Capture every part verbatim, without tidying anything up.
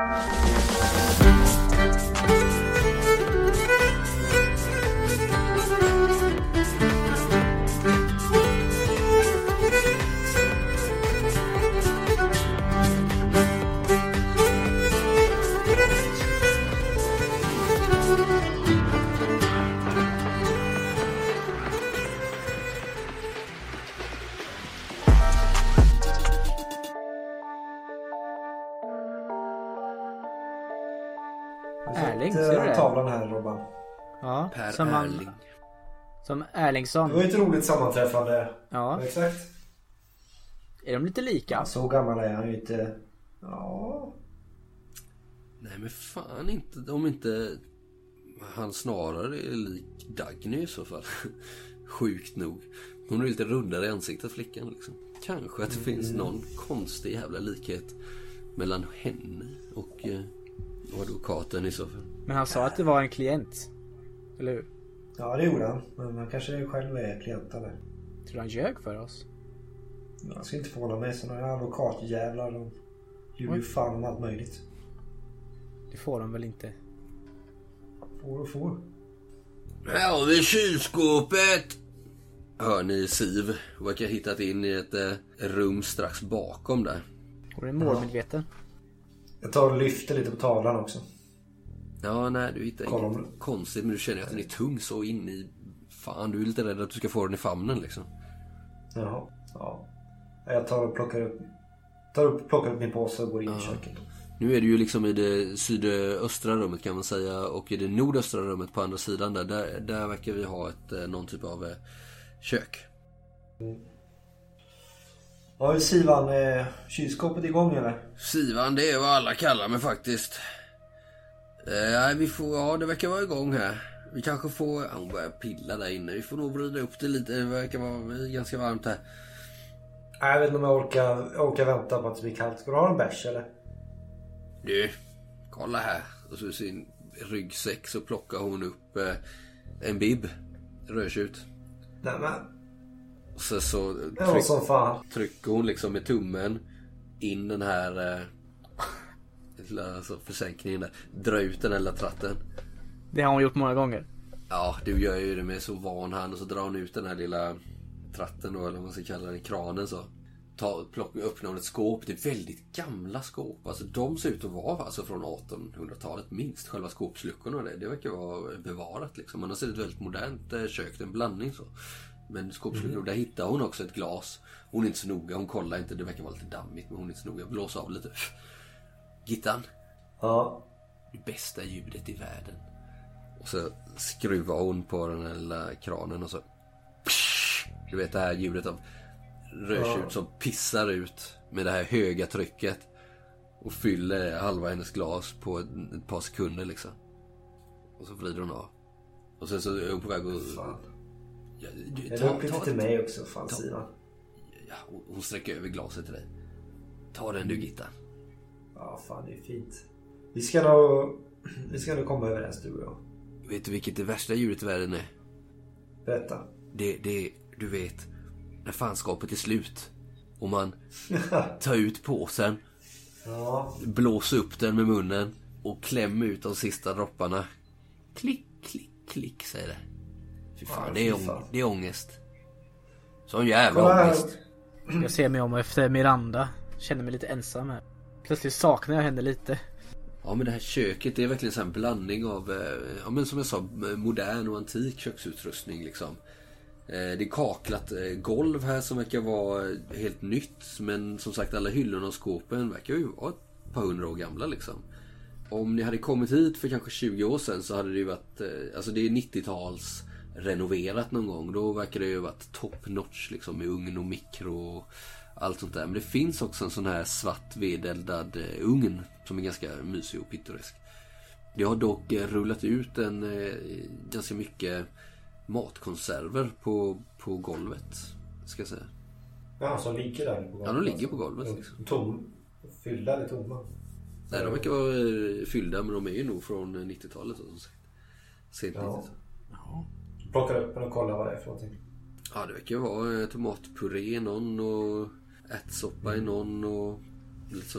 Erling, ser du det? Tavlan här, Robban. Ja, Per som man, Erling. som Erlingsson. Det var ett roligt sammanträffande. Ja. Exakt. Är de lite lika? Ja, så gammal är han ju inte. Ja. Nej men fan inte, om inte han snarare är lik Dagny i så fall. Sjukt nog. Hon är lite rundare i ansiktet, flickan liksom. Kanske att det mm. finns någon konstig jävla likhet mellan henne och, eh, och advokaten i så fall. Men han sa att det var en klient, eller hur? Ja, det gjorde han. Men han kanske själv är klient eller? Tror du han ljög för oss? Jag ska inte förvåna mig, sådana här advokatjävlar. De gör ju fan om allt möjligt. Det får de väl inte? Får och får. Här har vi kylskåpet. Hör ni Siv verkar ha hittat in i ett eh, rum strax bakom där. Och det är målmedveten. Jag tar och lyfter lite på tavlan också. Ja, nej, du hittar Kolla inget om... konstigt, men du känner att den är tung så in i... Fan, du är lite rädd att du ska få den i famnen liksom. Jaha, ja. Jag tar och plockar upp, tar upp, plockar upp min påse och går in ja. i köket. Nu är det ju liksom i det sydöstra rummet kan man säga, och i det nordöstra rummet på andra sidan där, där, där verkar vi ha ett, någon typ av eh, kök. Mm. Ja, Sivan, är kylskåpet igång eller? Sivan, det är vad alla kallar mig faktiskt. Nej, eh, vi får, ja det verkar vara igång här. Vi kanske får, han börjar pilla där inne. Vi får nog vrida upp det lite, det verkar vara ganska varmt här. Jag vet inte om jag orkar, jag orkar vänta på att det blir kallt. Ska du ha en bärs eller? Du, kolla här. Och så sin ryggsäck så plockar hon upp eh, en bib. Rödtjut. Nämen. Och så, så tryck, som fan. trycker hon liksom med tummen in den här eh, alltså försänkningen där. Dra ut den här lilla tratten. Det har hon gjort många gånger. Ja, du gör ju det med så van hand. Och så drar hon ut den här lilla tratten då, eller vad man ska kalla den, kranen så. Ta, plocka, öppna hon ett skåp. Det är väldigt gamla skåp. Alltså de ser ut att vara alltså, från artonhundratalet minst. Själva skåpsluckorna och det. Det verkar vara bevarat liksom. Man har sett ett väldigt modernt eh, kök, en blandning så. Men skåpsluckorna, mm. där hittar hon också ett glas. Hon är inte så noga, hon kollar inte. Det verkar vara lite dammigt, men hon är inte så noga. Blåsa av lite. Gittan. Ja. Det bästa ljudet i världen. Och så skruvar hon på den här lilla kranen och så... Du vet det här ljudet av rödtjut ja. som pissar ut med det här höga trycket. Och fyller halva hennes glas på ett, ett par sekunder liksom. Och så vrider hon av. Och sen så är hon på väg att... Fan. Ja, du, jag ta, ta, till mig också, fan ta, Sivan. Ja, hon sträcker över glaset till dig. Ta den du, Gitta. Ja, fan det är fint. Vi ska nog... Vi ska nog komma överens, du och jag. Vet du vilket det värsta djuret i världen är? Berätta. Det, det, du vet, när fanskapet är slut och man tar ut påsen, ja. blåser upp den med munnen och klämmer ut de sista dropparna. Klick, klick, klick, säger det. Fy fan, ja, det, är ång- det är ångest. Sån jävla Kolla ångest. Jag ser mig om efter Miranda. Känner mig lite ensam här. Plötsligt saknar jag henne lite. Ja, men det här köket, det är verkligen en blandning av, ja men som jag sa, modern och antik köksutrustning liksom. Det är kaklat golv här som verkar vara helt nytt, men som sagt alla hyllorna och skåpen verkar ju vara ett par hundra år gamla liksom. Om ni hade kommit hit för kanske tjugo år sedan så hade det ju varit, alltså det är nittio-tals renoverat någon gång. Då verkar det ju varit top notch liksom med ugn och mikro och allt sånt där. Men det finns också en sån här svart vedeldad ugn som är ganska mysig och pittoresk. Det har dock rullat ut en eh, ganska mycket matkonserver på, på golvet, ska jag säga. Ja, som ligger där på golvet. Ja, de ligger på golvet. Liksom. Tom, fyllda eller tomma? Nej, de verkar vara fyllda, men de är ju nog från nittio-talet. Sent ja. nittio-talet. Ja. Plockar upp och kollar vad det är för någonting. Ja, det verkar vara tomatpuré i någon och ärtsoppa i någon och lite sådana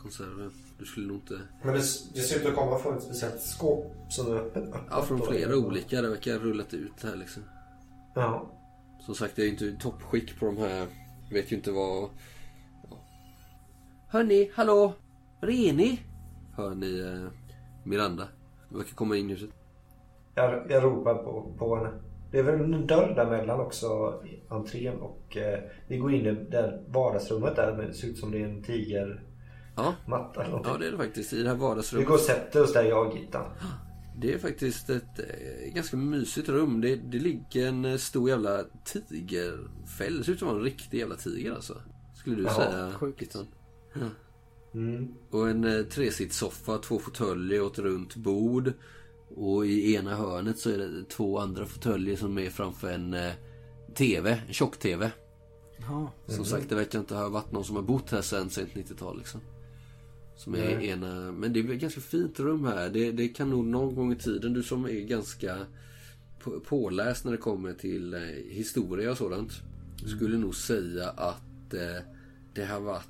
konserver. Du skulle nog inte... Men det, det ser ut att komma från ett speciellt skåp som är öppet. Ja, från flera olika. Det verkar ha rullat ut här liksom. Ja. Som sagt, jag är inte i toppskick på de här. Jag vet ju inte vad... Ja. Hörni, hallå? Reni? Hör ni eh, Miranda? Det verkar komma in i huset. Jag, jag ropar på, på henne. Det är väl en dörr där mellan också, entrén, och eh, vi går in i det vardagsrummet där, men det ser ut som det är en tiger ja. matta eller någonting. Ja, det är det faktiskt, i det här vardagsrummet. Vi går och sätter oss där, jag och Gittan. Det är faktiskt ett eh, ganska mysigt rum. Det, det ligger en stor jävla tigerfäll. Det ser ut som en riktig jävla tiger alltså. Skulle du ja, säga, sjukt. Gittan? Ja. Mm. Och en eh, tresitssoffa, två fåtöljer och ett runt bord. Och i ena hörnet så är det två andra fåtöljer som är framför en eh, tv, en tjock-tv. Ja. Som Mm. sagt, det verkar inte ha varit någon som har bott här sedan sent nittiotal liksom. Som är Nej. ena, men det är ett ganska fint rum här. Det, det kan nog någon gång i tiden, du som är ganska på, påläst när det kommer till eh, historia och sådant, mm. skulle nog säga att eh, det har varit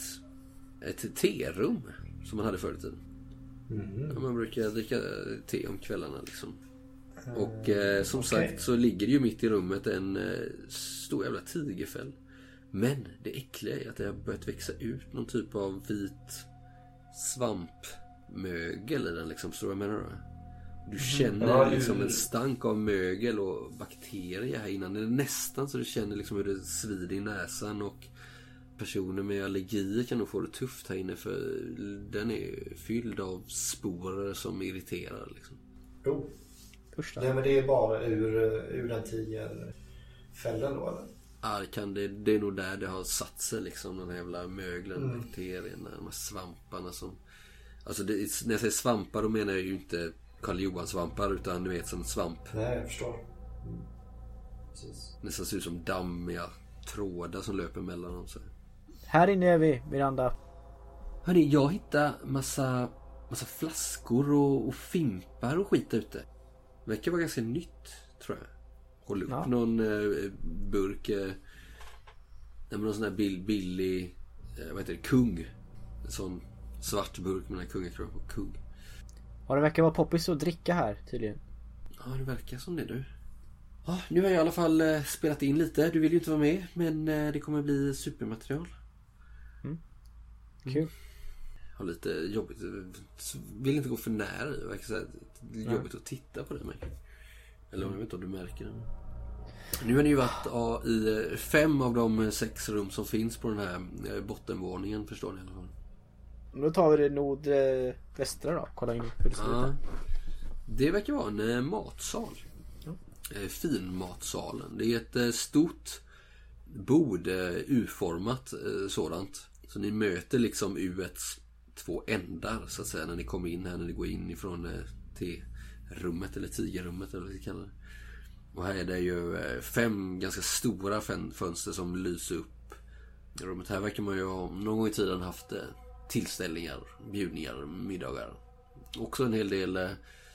ett terum som man hade förr i tiden. Mm. Man brukar dricka te om kvällarna liksom. Och eh, som okay. sagt så ligger det ju mitt i rummet en eh, stor jävla tigerfäll. Men det äckliga är att det har börjat växa ut någon typ av vit svampmögel i den liksom. Så jag menar då? Du känner ja, liksom ju... en stank av mögel och bakterier här innan. Det är nästan så du känner liksom hur det svider i näsan. Och personer med allergier kan nog få det tufft här inne, för den är fylld av sporer som irriterar liksom. Jo. Usch då. Nej, men det är bara ur, ur den tigerfällen då eller? Ja, det, kan, det, det är nog där det har satt sig liksom, den här jävla möglen, mm. bakterierna, de här svamparna som... Alltså det, när jag säger svampar då menar jag ju inte Karl Johan svampar, utan du vet som svamp. Nej, jag förstår. Mm. Precis. Nästan ser ut som dammiga trådar som löper mellan dem så. Här inne är vi, Miranda. Hörni, jag hittade massa, massa flaskor och, och fimpar och skit ute. Det verkar vara ganska nytt, tror jag. Håll upp ja. någon eh, burk eh, någon sån här bill, billig eh, vad heter det, kung. En sån svart burk med en kungakrona på kung. Ja, det verkar vara poppis att dricka här tydligen. Ja, det verkar som det nu. Ja, nu har jag i alla fall eh, spelat in lite. Du vill ju inte vara med, men eh, det kommer bli supermaterial. Mm. Kul. Mm. Har lite jobbigt. Vill inte gå för nära. Det verkar så här, jobbigt ja. att titta på det. Men... Eller jag vet inte om du märker det. Nu har ni ju varit ja, i fem av de sex rum som finns på den här bottenvåningen, förstår ni i alla fall. Då tar vi det nordvästra då. Kolla in hur det ser ja. ut här. Det verkar vara en matsal. Ja. Finmatsalen. Det är ett stort bord, U-format sådant. Så ni möter liksom U:s två ändar så att säga när ni kommer in här, när ni går in ifrån te-rummet eller tigerrummet eller vad vi kallar det. Och här är det ju fem ganska stora fönster som lyser upp rummet. Här verkar man ju ha någon gång i tiden haft tillställningar, bjudningar, middagar. Också en hel del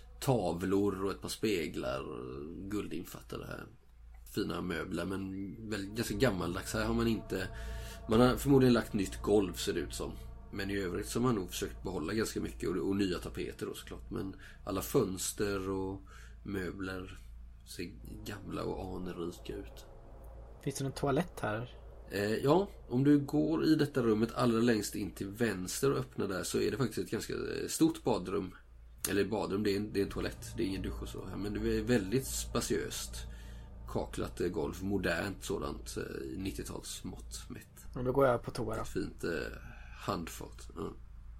tavlor och ett par speglar, guldinfattade här. Fina möbler, men väl ganska gammaldags. Här har man inte... Man har förmodligen lagt nytt golv, ser det ut som. Men i övrigt så har man nog försökt behålla ganska mycket. Och, och nya tapeter då såklart. Men alla fönster och möbler ser gamla och anrika ut. Finns det någon toalett här? Eh, ja, om du går i detta rummet allra längst in till vänster och öppnar där, så är det faktiskt ett ganska stort badrum. Eller badrum, det är en, det är en toalett. Det är ingen dusch och så här. Men det är väldigt spaciöst. Kaklat golv, modernt sådant, nittio-tals mått mätt. Och då går jag på toa då. Fint eh, handfat. Ja.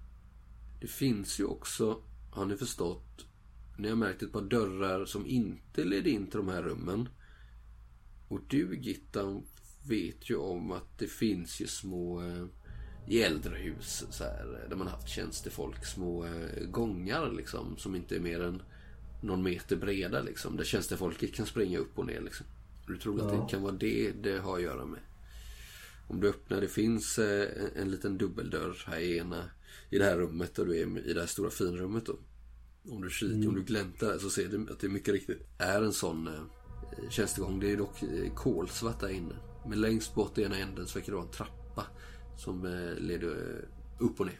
Det finns ju också, har ni förstått, ni har märkt ett par dörrar som inte leder in till de här rummen. Och du, Gittan, vet ju om att det finns ju små eh, i äldre hus så här, där man haft tjänstefolk, små eh, gångar liksom, som inte är mer än någon meter breda liksom, där tjänstefolket kan springa upp och ner liksom. Du tror ja. att det kan vara det det har att göra med. Om du öppnar, det finns eh, en liten dubbeldörr här i ena i det här rummet, och du är i det här stora finrummet då. Om du kikar, mm. om du gläntar så ser du att det mycket riktigt är en sån eh, tjänstegång. Det är dock eh, kolsvart där inne. Men längst bort i ena änden så verkar det vara en trappa som eh, leder upp och ner.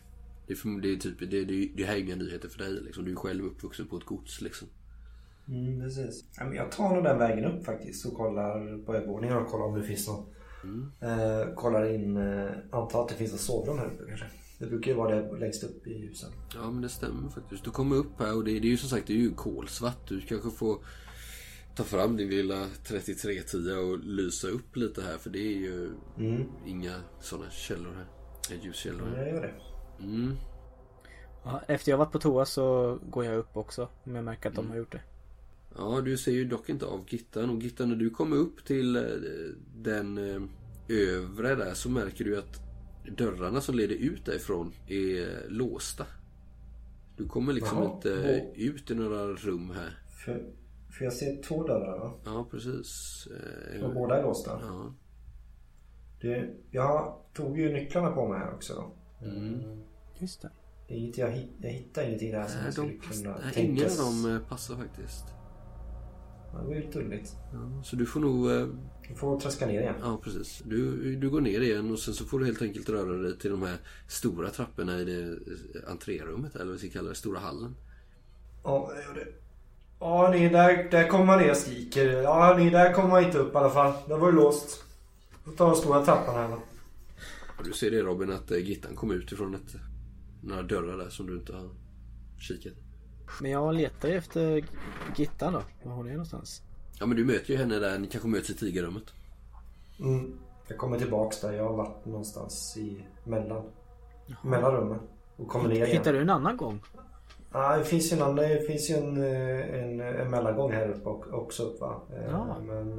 Det är, för, det är typ, det, det, det här är inga nyheter för dig liksom. Du är själv uppvuxen på ett gods liksom. Mm, precis. Ja, men jag tar nog den vägen upp faktiskt och kollar på övervåningen och kollar om det finns någon. Mm. Eh, kollar in, eh, antar att det finns en sovrum här uppe kanske. Det brukar ju vara det längst upp i husen. Ja, men det stämmer faktiskt. Du kommer upp här och det, det är ju som sagt, det är ju kolsvart. Du kanske får ta fram din lilla trettiotre tio och lysa upp lite här. För det är ju mm. inga sådana källor här. Ljuskällor här. Ja, jag gör det. Mm. Ja, efter jag varit på toa så går jag upp också. Om jag märker att mm. de har gjort det. Ja, du ser ju dock inte av Gittan. Och Gittan, när du kommer upp till den övre där så märker du att dörrarna som leder ut därifrån är låsta. Du kommer liksom Jaha, inte och... ut i några rum här. För, för jag ser två dörrar, va? Ja, precis. Och båda är låsta? Ja. Det, jag tog ju nycklarna på mig här också då. Mm. Just det. Det är inget, jag, hitt, jag hittar ingenting där som Nej, jag skulle de pass, kunna nej, tänkas. Ingen av dem passar faktiskt. Ja, det var ju lite underligt. Ja, så du får nog... Eh... Du får traska ner igen. Ja, precis. Du, du går ner igen och sen så får du helt enkelt röra dig till de här stora trapporna i det entrérummet, eller vad vi ska kalla det, stora hallen. Ja, jag gör det. Ja, ni där, där kommer man ner och skriker. Ja, ni där kommer man inte upp i alla fall. Det var ju låst. Då tar de stora trappan här. Ja, du ser det, Robin, att Gittan kom ut ifrån ett, några dörrar där som du inte har kikat. Men jag letar efter Gittan då. Var hon är någonstans? Ja, men du möter ju henne där. Ni kanske möts i tigerrummet. Mm. Jag kommer tillbaks där. Jag har varit någonstans i mellan. Jaha. Mellan rummen. Och kommer ner igen. Hittar du en annan gång? Ja, det finns ju en, det finns ju en, en, en mellangång här uppe också upp, va? Ja. Men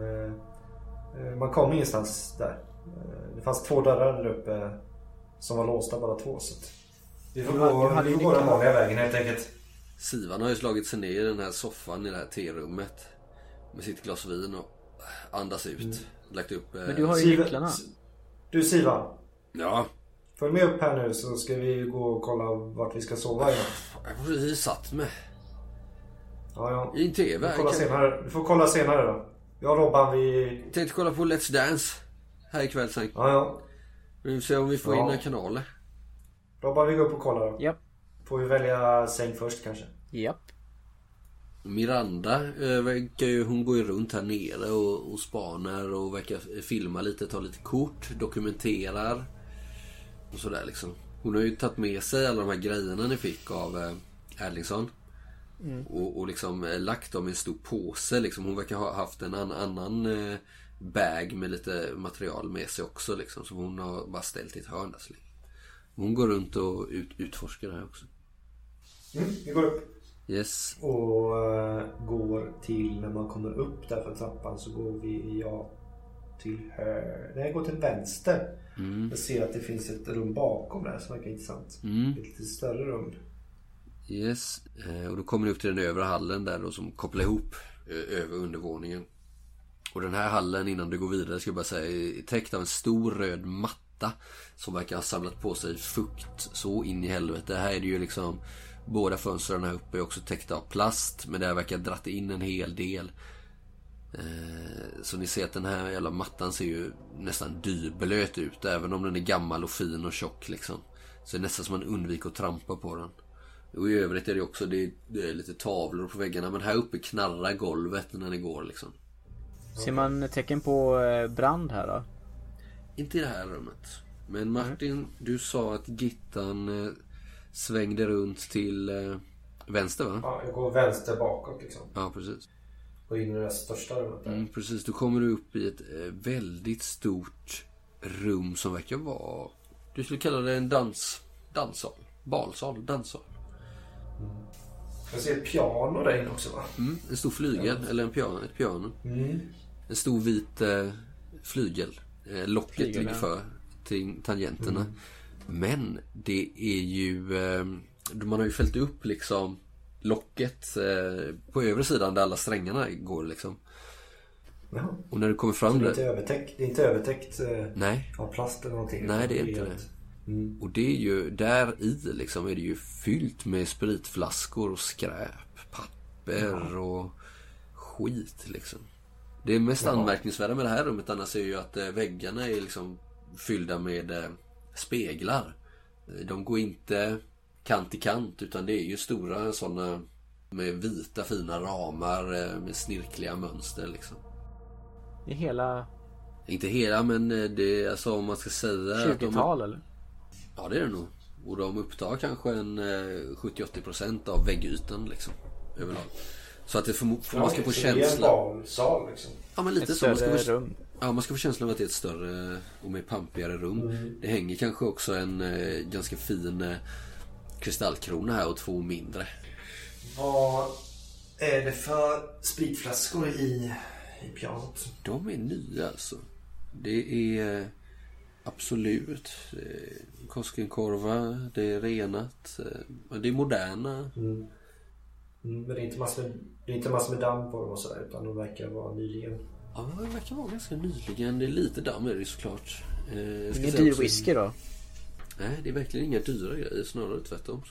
man kom ingenstans där. Det fanns två dörrar där uppe som var låsta, bara två. Så vi får gå, vi får gå den vanliga vägen helt enkelt. Sivan har ju slagit sig ner i den här soffan i det här terummet med sitt glas vin och andas ut. Mm. Lagt upp... Men du har ju nycklarna. Du, Sivan. Ja. Följ med upp här nu så ska vi gå och kolla vart vi ska sova igen. Jag har precis satt mig. Ja, ja. I en tv. Du får kolla senare, du får kolla senare då. Jag och Robban, vi... Tänkte kolla på Let's Dance här ikväll sen. Ja, ja. Vi får se om vi får ja. in en kanaler. Robban, vi går upp och kollar då. Japp. Får vi välja säng först kanske? Japp. Miranda äh, verkar ju, hon går ju runt här nere och, och spanar och verkar filma lite, ta lite kort, dokumenterar och sådär liksom. Hon har ju tagit med sig alla de här grejerna ni fick av äh, Erlingsson. Mm. Och, och liksom äh, lagt dem i en stor påse liksom. Hon verkar ha haft en an, annan äh, bag med lite material med sig också liksom. Så hon har bara ställt i ett hörn där. Hon går runt och ut, utforskar det här också. Mm, vi går upp. Yes. Och uh, går till, när man kommer upp där för trappan så går vi, ja, till höger. Nej, jag går till vänster. Mm. Jag ser att det finns ett rum bakom där som verkar intressant. Mm. Ett lite större rum. Yes. Eh, och då kommer du upp till den övre hallen där då, som kopplar ihop eh, över undervåningen. Och den här hallen, innan du går vidare, ska jag bara säga, är täckt av en stor röd matta som verkar ha samlat på sig fukt så in i helvete. Här är det ju liksom, båda fönstren här uppe är också täckta av plast, men det här verkar ha dratt in en hel del. Eh, så ni ser att den här jävla mattan ser ju nästan dyblöt ut, även om den är gammal och fin och tjock liksom. Så det är nästan som man undviker att trampa på den. Och i övrigt är det också, det är, det är lite tavlor på väggarna, men här uppe knarrar golvet när det går liksom. Ser man tecken på brand här då? Inte i det här rummet. Men Martin, mm. du sa att Gittan eh, svängde runt till eh, vänster, va? Ja, jag går vänster bakåt liksom. Ja, precis. Och in i det största rummet där. Mm, precis, då kommer du upp i ett eh, väldigt stort rum som verkar vara, du skulle kalla det en dans, danssal, balsal, danssal. Mm. Jag ser ett piano där inne också, va? Mm, en stor flygel, ja. Eller en piano, ett piano. Mm. En stor vit eh, flygel. Eh, locket flygel, ligger för till tangenterna. Mm. Men det är ju eh, man har ju fällt upp liksom locket eh, på övre sidan där alla strängarna går liksom. Ja. Och när du kommer fram det är inte övertäckt, det är inte övertäckt eh, nej. av plast eller någonting. Nej, det är inte det. Mm. Och det är ju, där i liksom är det ju fyllt med spritflaskor och skräp, papper ja. och skit liksom. Det mest ja. anmärkningsvärda med det här rummet annars är ju att eh, väggarna är liksom fyllda med eh, speglar. De går inte kant i kant, utan det är ju stora sådana med vita fina ramar med snirkliga mönster liksom. I hela... Inte hela, men det är alltså om man ska säga tjugotal de... eller? Ja, det är det nog. Och de upptar kanske en sjuttio till åttio procent av väggytan liksom, överlag. Så att det för, för ja, man ska få känsla... Det är en sal liksom. Ja, men lite ett så. Man ska få... rum. Ja, man ska få känslan av att det är ett större och mer pampigare rum. Mm. Det hänger kanske också en eh, ganska fin eh, kristallkrona här och två mindre. Vad är det för spritflaskor i, i pianot? De är nya alltså. Det är eh, absolut eh, Koskenkorva, det är renat, eh, det är moderna. Mm. Mm, men det är inte massor med, det är inte massor med damm på dem och sådär, utan de verkar vara nyligen. Ja, det verkar vara ganska nyligen. Det är lite damm är det såklart. Eh, Ingen dyr också... whisky då? Nej, det är verkligen inga dyra grejer. Snarare tvärtom.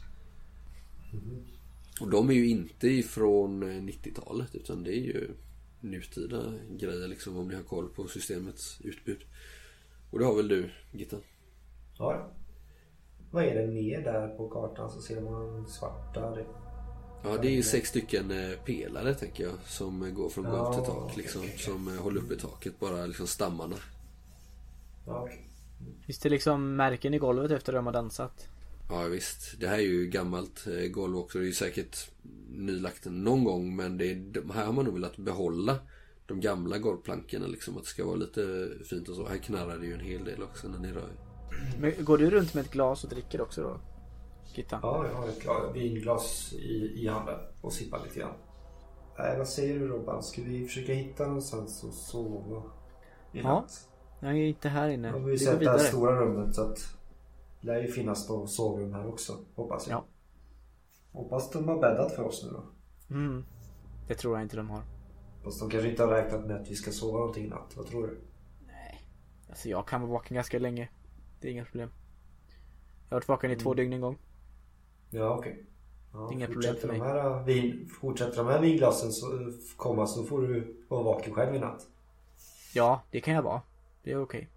Mm. Och de är ju inte ifrån nittiotalet, utan det är ju nutida grejer liksom, om ni har koll på systemets utbud. Och det har väl du, Gitta? Ja. Vad är det ner där på kartan, så ser man svarta... Ja, det är ju sex stycken pelare tänker jag, som går från golv ja, till tak liksom, okay, okay. Som håller uppe i taket, bara liksom stammarna. Ja, okay. Finns det liksom märken i golvet efter att de har dansat? Ja visst, det här är ju gammalt golv också. Det är ju säkert nylagt någon gång, men det är, här har man nog velat behålla de gamla golvplankorna liksom, att det ska vara lite fint och så. Här knarrar det ju en hel del också när ni rör. Men går du runt med ett glas och dricker också då? Gitta? Ja, jag har ett glas, vinglas i, i handen och sippar lite grann. Äh, vad säger du Robban? Ska vi försöka hitta någonstans och sova i natt? Ja, jag är inte här inne. Ja, vi sett det här stora rummet, så att det lär ju finnas då sovrum här också, hoppas jag. Ja. Hoppas de har bäddat för oss nu då. Mm. Det tror jag inte de har. Fast de kanske inte har räknat med att vi ska sova någonting i natt. Vad tror du? Nej. Alltså jag kan vara vaken ganska länge. Det är inga problem. Jag har varit vaken i mm. två dygn en gång. Ja, okej. Okay. Ja, inga problem för mig. De här vin, fortsätter de här vinglasen så komma, så får du vara vaken själv i natt. Ja, det kan jag vara. Det är okej. Okay.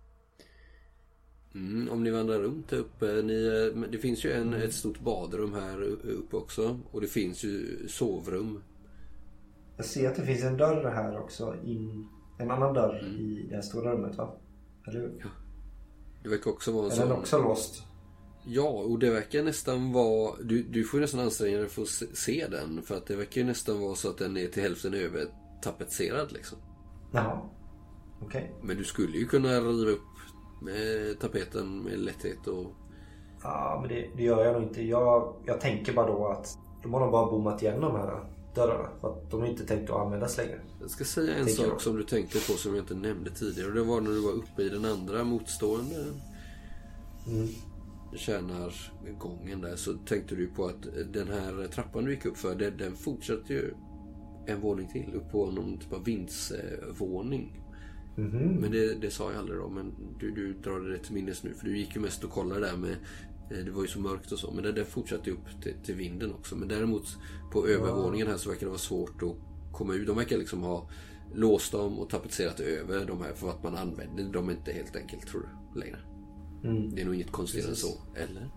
Mm, om ni vandrar runt uppe, ni, det finns ju en, ett stort badrum här uppe också. Och det finns ju sovrum. Jag ser att det finns en dörr här också. In, en annan dörr mm. i det här stora rummet, va? Eller hur? Ja. Det verkar också vara en sån... Är den också låst? Ja, och det verkar nästan vara... Du, du får ju nästan anstränga dig för att se, se den. För att det verkar ju nästan vara så att den är till hälften övertapetserad liksom. Jaha, okej. Okay. Men du skulle ju kunna riva upp med tapeten med lätthet och... Ja, men det, det gör jag nog inte. Jag, jag tänker bara då att de har nog bara bommat igen de här dörrarna. För att de har inte tänkt att användas längre. Jag ska säga en tänker sak jag. Som du tänkte på som jag inte nämnde tidigare. Och det var när du var uppe i den andra motstående mm. tjänargången där. Så tänkte du på att den här trappan du gick upp för, den, den fortsatte ju en våning till. Upp på någon typ av vindsvåning. Mm-hmm. Men det, det sa jag aldrig då. Men du, du drar det till minnes nu. För du gick ju mest och kollade där med... Det var ju så mörkt och så. Men det, det fortsatte upp till, till vinden också. Men däremot på övervåningen här så verkar det vara svårt att komma ut. De verkar liksom ha låst dem och tapetserat över de här. För att man använder dem inte helt enkelt, tror du, längre. Mm. Det är nog inget konstigare än så. Eller?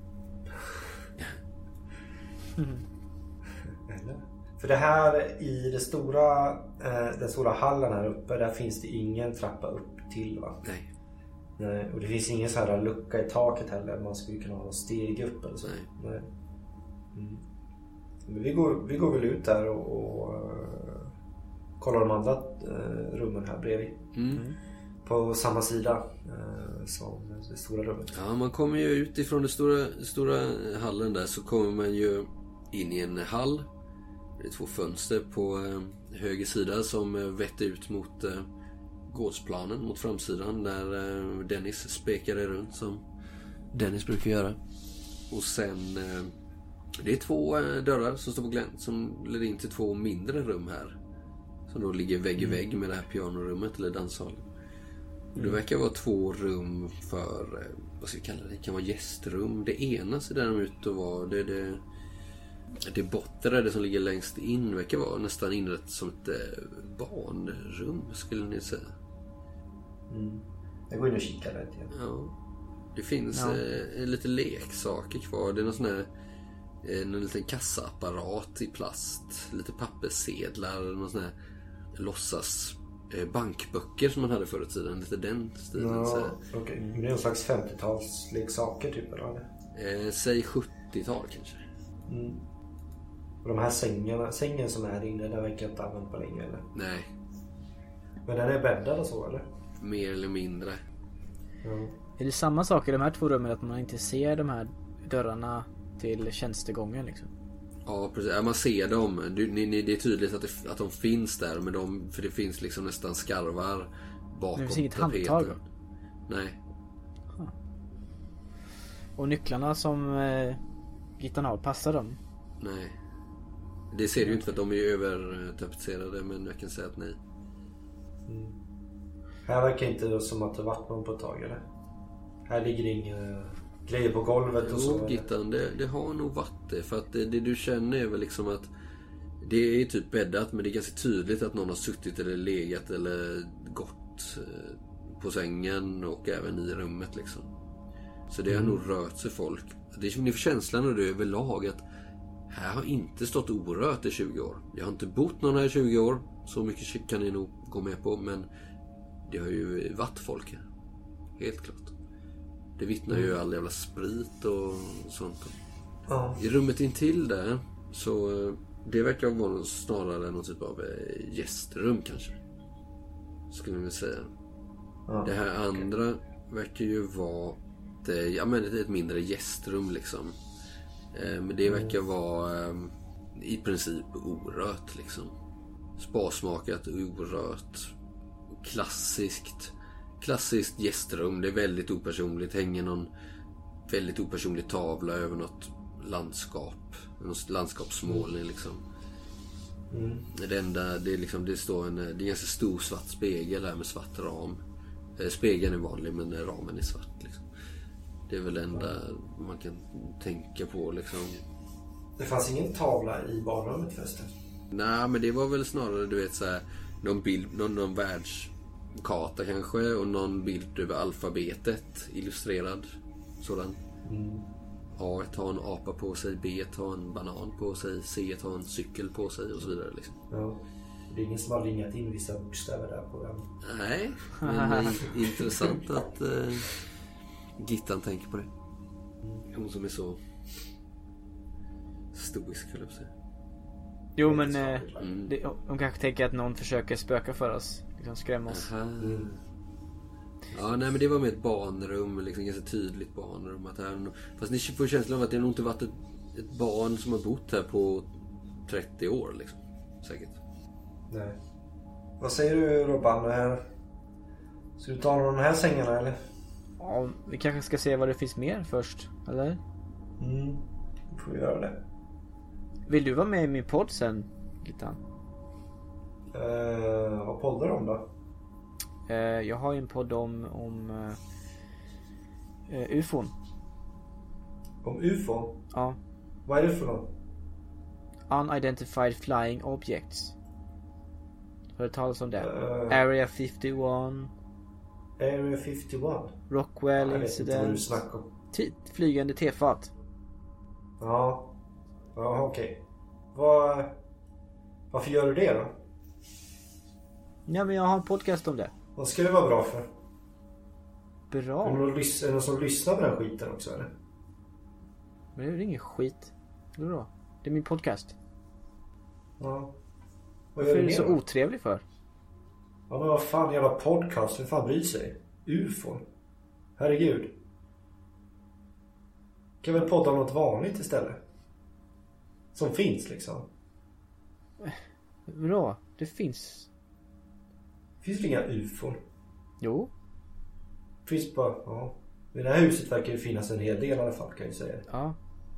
Mm. Eller? För det här i det stora, eh, den stora hallen här uppe, där finns det ingen trappa upp till, va? Nej. Nej, och det finns ingen så här lucka i taket heller. Man skulle kunna ha en steg upp eller så. Nej. Nej. Mm. Men vi går, vi går väl ut där och, och uh, kollar de andra uh, rummen här bredvid. Mm. På samma sida uh, som det stora rummet. Ja, man kommer ju ut ifrån den stora, stora hallen där, så kommer man ju in i en hall. Det är två fönster på uh, höger sida som uh, vetter ut mot... Uh, gårdsplanen mot framsidan där eh, Dennis spekade runt som Dennis brukar göra. Och sen eh, det är två eh, dörrar som står på glänt som leder in till två mindre rum här som då ligger vägg i vägg med det här pianorummet eller danssalen. Och det verkar vara två rum för eh, vad ska vi kalla det? Det kan vara gästrum. Det ena ser däremot att vara det, det Det bortre, det som ligger längst in, verkar vara nästan inrett som ett eh, barnrum, skulle ni säga. Mm. Jag går in och kikar där lite. Ja. Det finns Ja. eh, lite leksaker kvar. Det är någon sån här en liten kassaapparat i plast, lite papperssedlar, någon sån här låtsas eh, bankböcker som man hade förr i tiden, lite den stilen. Ja, så okej. Okay. Det är en slags femtiotalsleksaker typ eller? eh, säg sjuttiotal kanske. Mm. Och de här sängarna, sängen som är inne, den verkar inte använt på länge eller? Nej, Men den är bäddad och så eller? mer eller mindre. Ja. Är det samma sak i de här två rummen, att man inte ser de här dörrarna till tjänstegången liksom? Ja, precis. Ja, man ser dem. Du, ni, ni, det är tydligt att, det, att de finns där, men de, för det finns liksom nästan skarvar bakom. Det finns inget tapeten. handtag? Nej. Och nycklarna som eh, Gittan har, passar dem? Nej. Det ser du ju inte för att de är övertapetserade, men jag kan säga att nej. Mm. Här verkar inte som att det varit någon på ett tag eller? Här ligger inga grejer på golvet och så. Jo, Gittan, det, det har nog varit det. För att det, det du känner är väl liksom att det är typ bäddat, men det är ganska tydligt att någon har suttit eller legat eller gått på sängen och även i rummet liksom. Så det har mm. nog rört sig folk. Det är som ni får känslan av det överlag att här har inte stått orört i tjugo år. Jag har inte bott någon här i tjugo år. Så mycket kan ni nog gå med på, men det har ju varit folk här. Helt klart. Det vittnar ju all jävla sprit och sånt. Ja. I rummet intill där, så det verkar vara snarare någon typ av gästrum kanske. Skulle man säga. Ja, det här okay. andra verkar ju vara ett, ja, men ett mindre gästrum liksom. Men det verkar vara i princip orört liksom. Sparsmakat, orört. Klassiskt. Klassiskt gästrum. Det är väldigt opersonligt. Hänger någon väldigt opersonlig tavla över något landskap. Något landskapsmålning liksom. Mm. Det enda, det är liksom, det står en, det är en ganska stor svart spegel här med svart ram. Spegeln är vanlig, men ramen är svart liksom. Det är väl det enda man kan tänka på liksom. Det fanns ingen tavla i barnrummet förresten? Nej, men det var väl snarare, du vet, så här, någon bild, någon, någon världskarta kanske, och någon bild över alfabetet illustrerad sådan. Mm. A har en apa på sig, B har en banan på sig, C har en cykel på sig och så vidare liksom. Ja. Det är ingen som har ringat in vissa bokstäver där på den. Nej, men intressant att uh, Gittan tänker på det. Hon som är så stoisk, skulle jag säga. Jo, men eh, mm. det, de kanske tänker att någon försöker spöka för oss, liksom skrämma oss. Mm. Ja, nej, men det var med ett barnrum, liksom ganska tydligt barnrum att här, fast ni får känslan av att det nog inte varit ett, ett barn som har bott här på trettio år liksom, säkert. Nej. Vad säger du, Robban? Här? Ska du ta de här sängarna eller? Ja, vi kanske ska se vad det finns mer först, eller? Mm, vi får göra det. Vill du vara med i min podd sen, Gittan? Uh, vad poddar om då? Uh, jag har ju en podd om, om uh, uh, U F O. Om U F O? Ja. Vad är det för något? Unidentified Flying Objects. Har du talat om det? Uh, Area femtioett. Area femtioett? Rockwell ja, incident. Jag vet inte vad du snackar om. T- flygande tefat. Ja. Ja, okej. Okay. Vad... Varför gör du det då? Ja, men jag har en podcast om det. Vad ska det vara bra för? Bra? Är det någon, lys- är det någon som lyssnar på den skiten också, eller? Men det är ingen skit. Det är bra. Det är min podcast. Ja. Vad Varför är du så då? Otrevlig för? Ja, men vad fan, jävla podcast. Vem fan bryr sig? U F O. Herregud. Kan väl podda om något vanligt istället? Som finns liksom. Bra, det finns. Finns det inga U F O? Jo. Finns bara, ja. I det här huset verkar det finnas en hel del i alla fall, kan jag säga. Ja.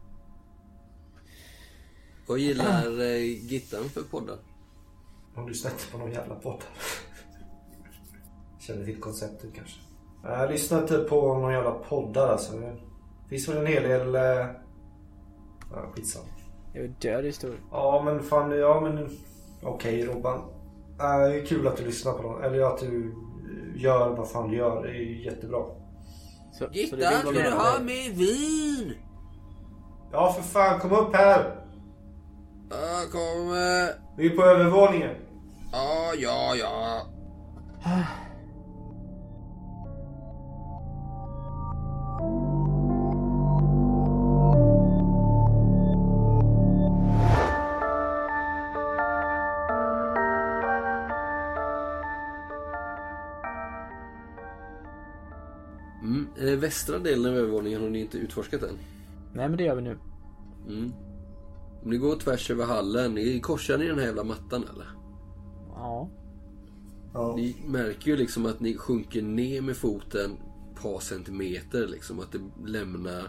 Vad gillar eh, Gittan för poddar? Om du lyssnar på någon jävla podd. Känner till konceptet kanske. Jag lyssnar typ på någon jävla poddar alltså. Det finns väl en hel del... Eh... Ja, skitsamma. Jag är död i historien. Ja, men fan, ja men... Okej, okay, Robban. Äh, det är kul att du lyssnar på dem. Eller att du gör vad fan du gör. Det är ju jättebra. Så, Gitta, så det vill ska vara du med ha dig. mer vin? Ja, för fan, kom upp här! Ja, kommer. Vi är på övervåningen. Ja, ja, ja. Mm. Eh, västra delen av övervåningen har ni inte utforskat än. Nej, men det gör vi nu. Mm. Om ni går tvärs över hallen, ni korsar ni den här jävla mattan eller? Ja. Ja. Ni märker ju liksom att ni sjunker ner med foten ett par centimeter liksom. Att det lämnar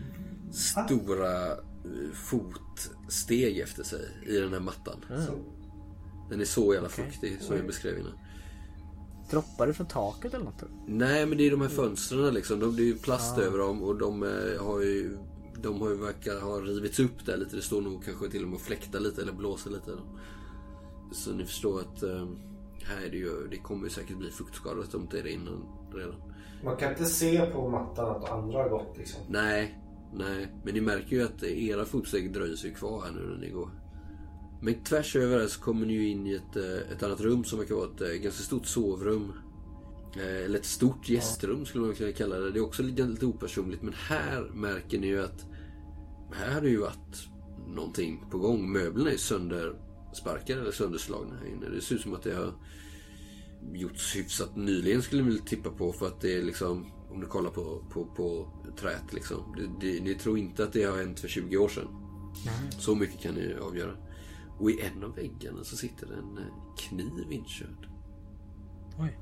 stora eh, fotsteg efter sig i den här mattan. Mm. Så. Den är så jävla Okej. fuktig som jag beskrev innan. Droppar det från taket eller något? Nej, men det är de här fönstren liksom. De, det är ju plast Ah. över dem och de eh, har ju de har ju verkar ha rivits upp där lite. Det står nog kanske till och med att fläkta lite eller blåsa lite. Så ni förstår att eh, här är det ju, det kommer ju säkert bli fuktskadat om det är det innan redan. Man kan inte se på mattan att andra har gått liksom. Nej, nej. Men ni märker ju att era fotsteg dröjer sig kvar här nu när ni går. Men tvärs över här så kommer ni ju in i ett, eh, ett annat rum som verkar vara ett eh, ganska stort sovrum. Eh, Eller ett stort gästrum skulle man kunna kalla det. Det är också lite, lite opersonligt. Men här märker ni ju att här har det ju varit någonting på gång. Möblerna är söndersparkade eller sönderslagna här inne. Det ser ut som att det har gjorts hyfsat nyligen skulle man tippa på. För att det är liksom, om du kollar på, på, på trät liksom. Det, det, ni tror inte att det har hänt för tjugo år sedan. Nej. Så mycket kan ni avgöra. Och i en av väggarna så sitter en kniv inkörd. Oj.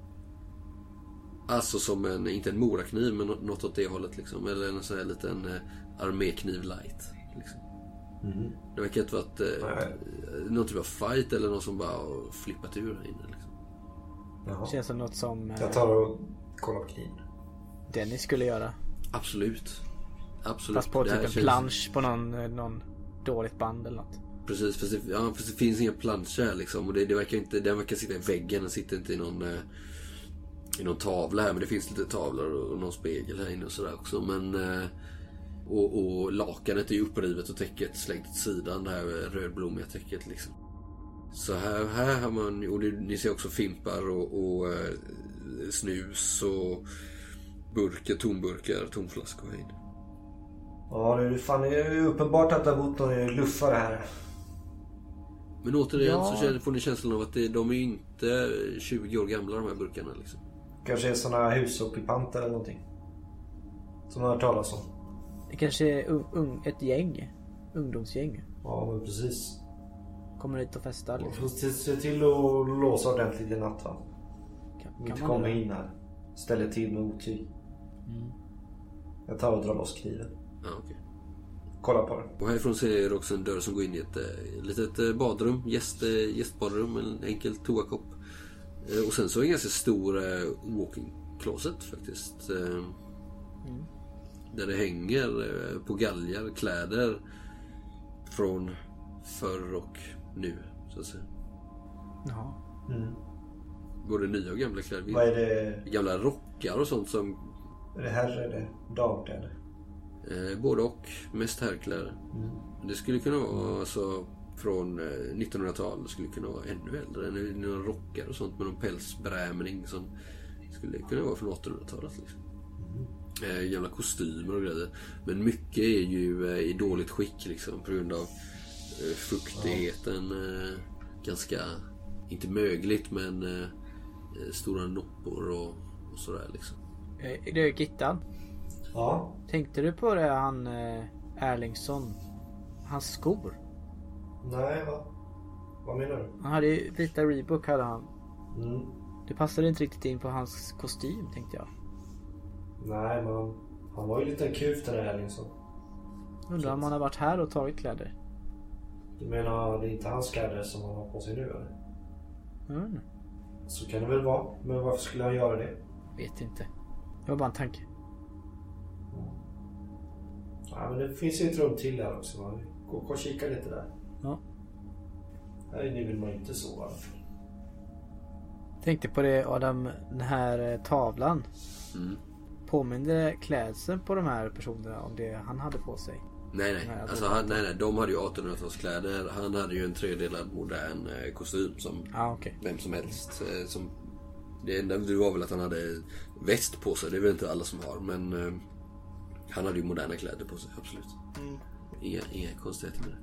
Alltså som en, inte en morakniv men något åt det hållet liksom. Eller en sån här liten eh, armékniv light liksom. Mm. Det verkar inte varit eh, någon typ av fight eller någon som bara har flippat ur här inne liksom. Jaha. Känns som något som eh, Jag tar och kollar på kniven. Dennis skulle göra. Absolut. Absolut. Fast på Det typ här en känns- plansch på någon, eh, någon dåligt band eller något. Precis, fast det, ja, fast det finns inga planscher här liksom. Och det, det verkar inte, den verkar sitta i väggen. Den sitter inte i någon eh, i någon tavla här. Men det finns lite tavlor och, och någon spegel här inne och sådär också. Men eh, och, och lakanet är ju upprivet och täcket slängt åt sidan. Det här rödblommiga täcket liksom. Så här, här har man, och det, ni ser också fimpar och, och eh, snus och burkar, tomburkar, tomflaskor här inne. Ja, det är fan det är ju uppenbart att det har bott någon luffare här. Men återigen Ja. så känner, får ni känslan av att det, de är ju inte tjugo år gamla de här burkarna liksom. Kanske är såna husockupanter eller någonting. Som man har hört talas om. Det kanske är un, un, ett gäng. Ungdomsgäng. Ja, men precis. Kommer hit och festar Man liksom. får se- se till att låsa ordentligt i natt va. Kan, Om kan inte man komma det? in här. Ställer till med otyg. Mm. Jag tar och drar loss kniven. Ja, okej. Kolla på den. Och härifrån ser det också en dörr som går in i ett eh, litet eh, badrum, gäst, eh, gästbadrum, en enkel toakopp. Eh, och sen så är det en ganska stor eh, walking closet faktiskt. Eh, Mm. Där det hänger eh, på galgar kläder från förr och nu så att säga. Jaha. Mm. Både nya och gamla kläder. Vad är det? Gamla rockar och sånt som Är det herre eller damkläder? eh, både och, mest herrkläder. Mm. Det skulle kunna vara alltså från eh, nittonhundratalet. Det skulle kunna vara ännu äldre. Några rockar och sånt med någon pälsbrämning som skulle kunna vara från åttahundratalet liksom. Eh, gamla kostymer och grejer. Men mycket är ju eh, i dåligt skick liksom på grund av eh, fuktigheten. Eh, ganska, inte mögligt men eh, eh, stora noppor och, och sådär liksom. Eh, Du Gittan. Ja. Tänkte du på det han eh, Erlingsson? Hans skor. Nej va? Vad menar du? Han hade ju vita Reebok hade han. Mm. Det passade inte riktigt in på hans kostym tänkte jag. Nej men han var ju lite kuf den här liksom. Undrar om han har varit här och tagit kläder. Du menar det är inte hans kläder som han har på sig nu eller? Mm. Så kan det väl vara. Men varför skulle han göra det? Vet inte. Det var bara en tanke. Ja men det finns ju ett rum till här också. Va? Gå och kika lite där. Ja. Här inne vill man inte sova i alla fall. Tänkte på det Adam, den här eh, tavlan. Mm. påminner klädseln på de här personerna om det han hade på sig? Nej, nej. Alltså, han, nej, nej. De hade ju artonhundratalskläder. Han hade ju en tredelad modern eh, kostym som ah, okay. vem som helst. Eh, som, det enda det var väl att han hade väst på sig. Det är väl inte alla som har. Men eh, han hade ju moderna kläder på sig, absolut. Mm. Inga, inga konstigheter med det.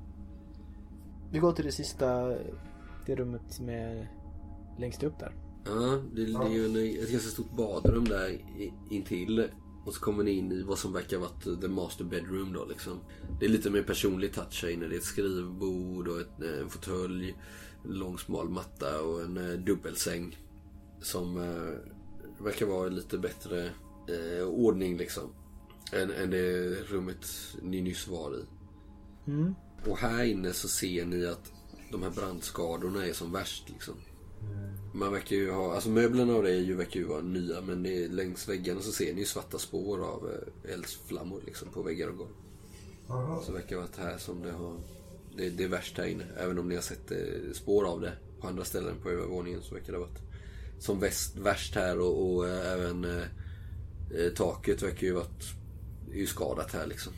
Vi går till det sista, det rummet som är längst upp där. Ja, det, det är ju en, ett ganska stort badrum där intill. Och så kommer ni in i vad som verkar vara the master bedroom då liksom. Det är lite mer personlig touch här inne. Det är ett skrivbord och ett, en fåtölj, en lång smal matta och en uh, dubbelsäng. Som uh, verkar vara lite bättre uh, ordning liksom. Än, än det rummet ni nyss var i. Mm. Och här inne så ser ni att de här brandskadorna är som värst liksom. Man verkar ju ha, alltså möblerna och det är ju, verkar ju vara nya, men det är, längs väggarna så ser ni ju svarta spår av eldsflammor liksom på väggar och golv. Aha. Så verkar det vara här som det har, det, det är värst här inne. Även om ni har sett eh, spår av det på andra ställen på övervåningen så verkar det vara som väst, värst här och, och äh, även äh, taket verkar ju varit är ju skadat här liksom.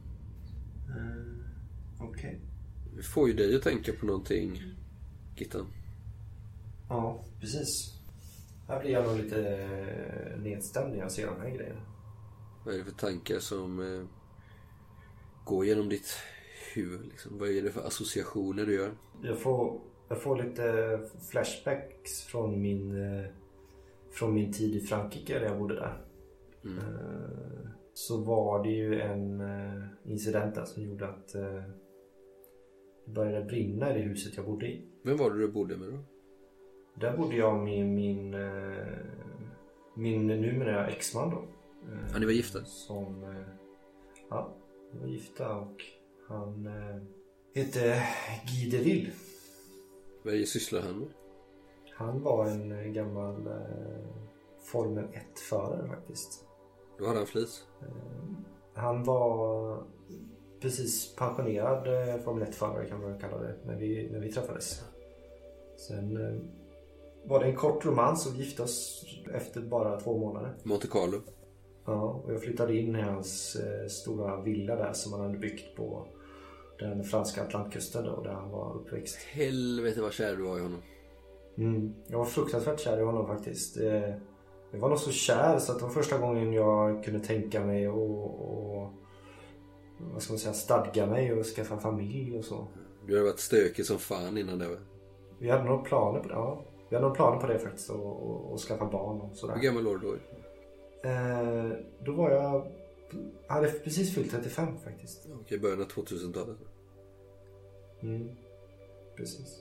Mm, Okej. Okay. Vi får ju dig att tänka på någonting, Gittan. Ja, precis. Här blir jag nog lite nedstämd när jag ser de här grejerna. Vad är det för tankar som eh, går genom ditt huvud liksom? Vad är det för associationer du gör? Jag får, jag får lite flashbacks från min eh, från min tid i Frankrike där jag bodde där. Mm. Eh, så var det ju en eh, incident där som gjorde att eh, det började brinna i det huset jag bodde i. Vem var det du bodde med då? Där bodde jag med min min numera exman då. Ja, ni var gifta? Som, ja, vi var gifta och han hette Guy Deville. Vad är sysslar han med? Han var en gammal Formel ett-förare faktiskt. Då hade han flis? Han var precis pensionerad Formel ett-förare kan man kalla det när vi, när vi träffades. Sen var det en kort romans och vi gifte oss efter bara två månader. Monte Carlo. Ja, och jag flyttade in i hans eh, stora villa där som han hade byggt på den franska Atlantkusten då, där han var uppväxt. Helvete vad kär du var i honom. Mm, jag var fruktansvärt kär i honom faktiskt. Eh, jag var nog så kär så att det var första gången jag kunde tänka mig och, och vad ska man säga, stadga mig och skaffa familj och så. Du har varit stökig som fan innan det var. Vi hade nog planer på det, ja. Vi hade nog planer på det faktiskt och, och, och skaffa barn och sådär. Hur gammal var du då? Eh, då var jag hade precis fyllt trettiofem faktiskt. Okej, början av tvåtusentalet. Mm, precis.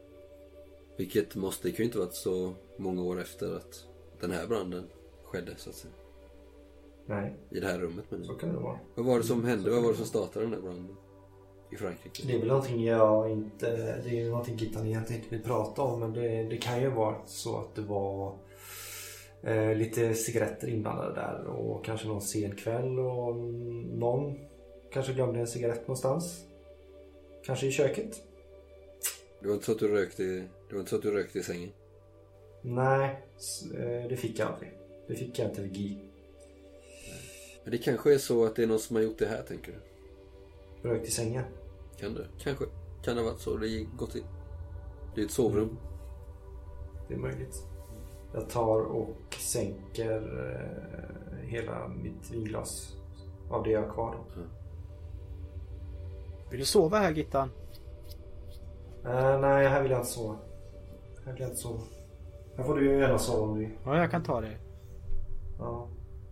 Vilket måste, det kan ju inte varit så många år efter att den här branden skedde så att säga. Nej. I det här rummet men så kan det vara. Vad var det som hände? Vad var det som startade den här branden? I Frankrike. Det är väl någonting jag inte, det är ju någonting Gittan egentligen inte vill prata om, men det, det kan ju vara så att det var eh, lite cigaretter inblandade där och kanske någon sen kväll och någon kanske glömde en cigarett någonstans. Kanske i köket. Det var inte så att du rökte, det var inte så att du rökte i sängen? Nej, det fick jag aldrig. Det fick jag inte vid G. Men det kanske är så att det är någon som har gjort det här, tänker du? Rökt i sängen. Kan det? Kanske. Kan det ha varit så det gått till? Det är ett sovrum. Det är möjligt. Jag tar och sänker eh, hela mitt vinglas av det jag har kvar då. Mm. Vill du sova här, Gittan? Uh, nej, här vill jag inte sova. Här vill jag inte sova. Här får du ju gärna sova om du. Ja, jag kan ta det. Ja.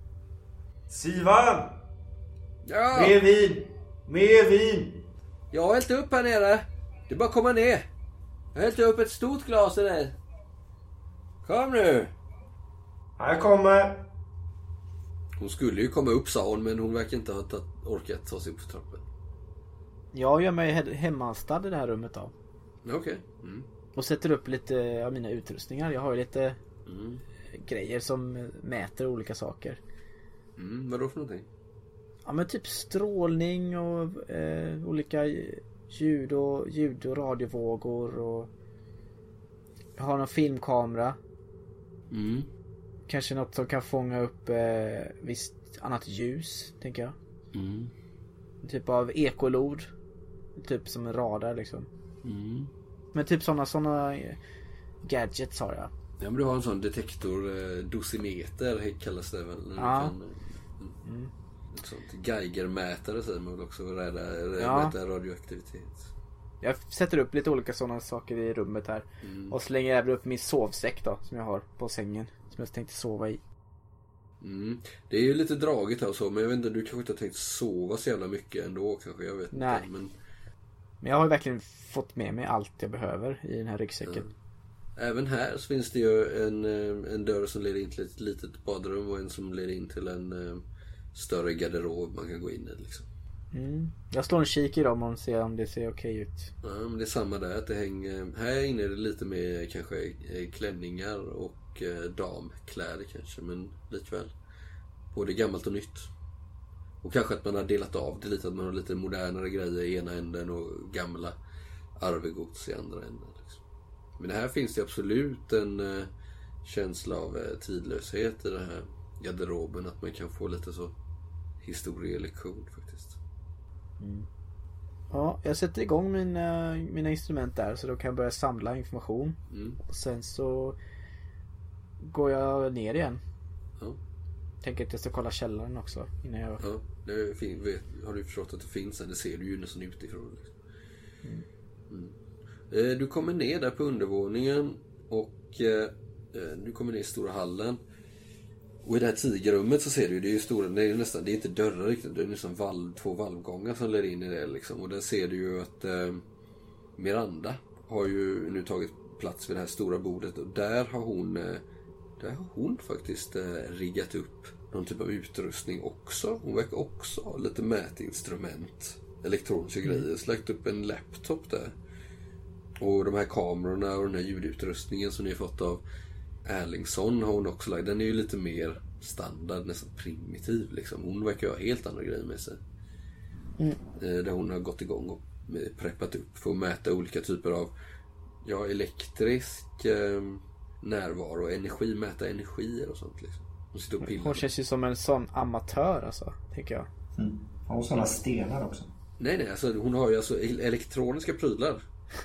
Sivan! Ja! Mer vin! Mer vin! Jag har hällt upp här nere. Det är bara att komma ner. Jag har hällt upp ett stort glas där. Kom nu! Ja, jag kommer. Hon skulle ju komma upp, sa hon, men hon verkar inte ha orkat ta sig upp för trappen. Jag gör mig hemmanstad i det här rummet då. Okej. Okay. Mm. Och sätter upp lite av mina utrustningar. Jag har ju lite mm. grejer som mäter olika saker. Mm, vadå för någonting? Ja, men typ strålning och eh, olika ljud och, ljud och radiovågor och jag har en filmkamera. Mm. Kanske något som kan fånga upp eh, visst annat ljus, tänker jag. Mm. En typ av ekolod. Typ som en radar liksom. Mm. Men typ sådana såna gadgets har jag. Ja, men du har en sån detektor, eh, dosimeter kallas det väl. När Ja. du kan, mm. Ett sånt Geigermätare säger man väl också, rädda, Ja. mäta radioaktivitet. Jag sätter upp lite olika sådana saker i rummet här. Mm. Och slänger även upp min sovsäck då, som jag har på sängen. Som jag tänkte sova i. Mm. Det är ju lite dragigt här och så, men jag vet inte, du kanske inte har tänkt sova så jävla mycket ändå kanske, jag vet Nej. inte. Men... men jag har ju verkligen fått med mig allt jag behöver i den här ryggsäcken. Mm. Även här så finns det ju en, en dörr som leder in till ett litet badrum och en som leder in till en um, större garderob man kan gå in i liksom. Mm. Jag slår en kik i dem och ser om det ser okej ut. Ja, men det är samma där, att det hänger, här inne är det lite mer kanske klänningar och eh, damkläder kanske, men likväl både gammalt och nytt. Och kanske att man har delat av det lite, att man har lite modernare grejer i ena änden och gamla arvegods i andra änden liksom. Men här finns det absolut en eh, känsla av eh, tidlöshet i den här garderoben, att man kan få lite så historielektion faktiskt. Mm. Ja, jag sätter igång mina, mina instrument där, så då kan jag börja samla information. Mm. Och sen så går jag ner igen. Ja. Tänker att jag ska kolla källaren också innan jag... Ja, det fin- vet, har du förstått att det finns en, det ser du ju nästan utifrån liksom. Mm. Mm. Eh, du kommer ner där på undervåningen och eh, du kommer ner i stora hallen. Och i det här tigerrummet så ser du, det är ju stora, det är nästan, det är inte dörrar riktigt, det är nästan valv, två valvgångar som leder in i det liksom. Och där ser du ju att eh, Miranda har ju nu tagit plats vid det här stora bordet, och där har hon eh, där har hon faktiskt eh, riggat upp någon typ av utrustning också. Hon verkar också ha lite mätinstrument, elektroniska mm. grejer, släckt upp en laptop där. Och de här kamerorna och den här ljudutrustningen som ni har fått av Erlingsson har hon också lagt. Den är ju lite mer standard, nästan primitiv liksom. Hon verkar ha helt andra grejer med sig. Mm. Där hon har gått igång och preppat upp för att mäta olika typer av ja, elektrisk eh, närvaro, energi, mäta energier och sånt liksom. Hon sitter och pillar. Hon känns ju som en sån amatör alltså, tycker jag. Mm. Har hon sådana stenar också? Nej, nej, alltså hon har ju alltså elektroniska prylar.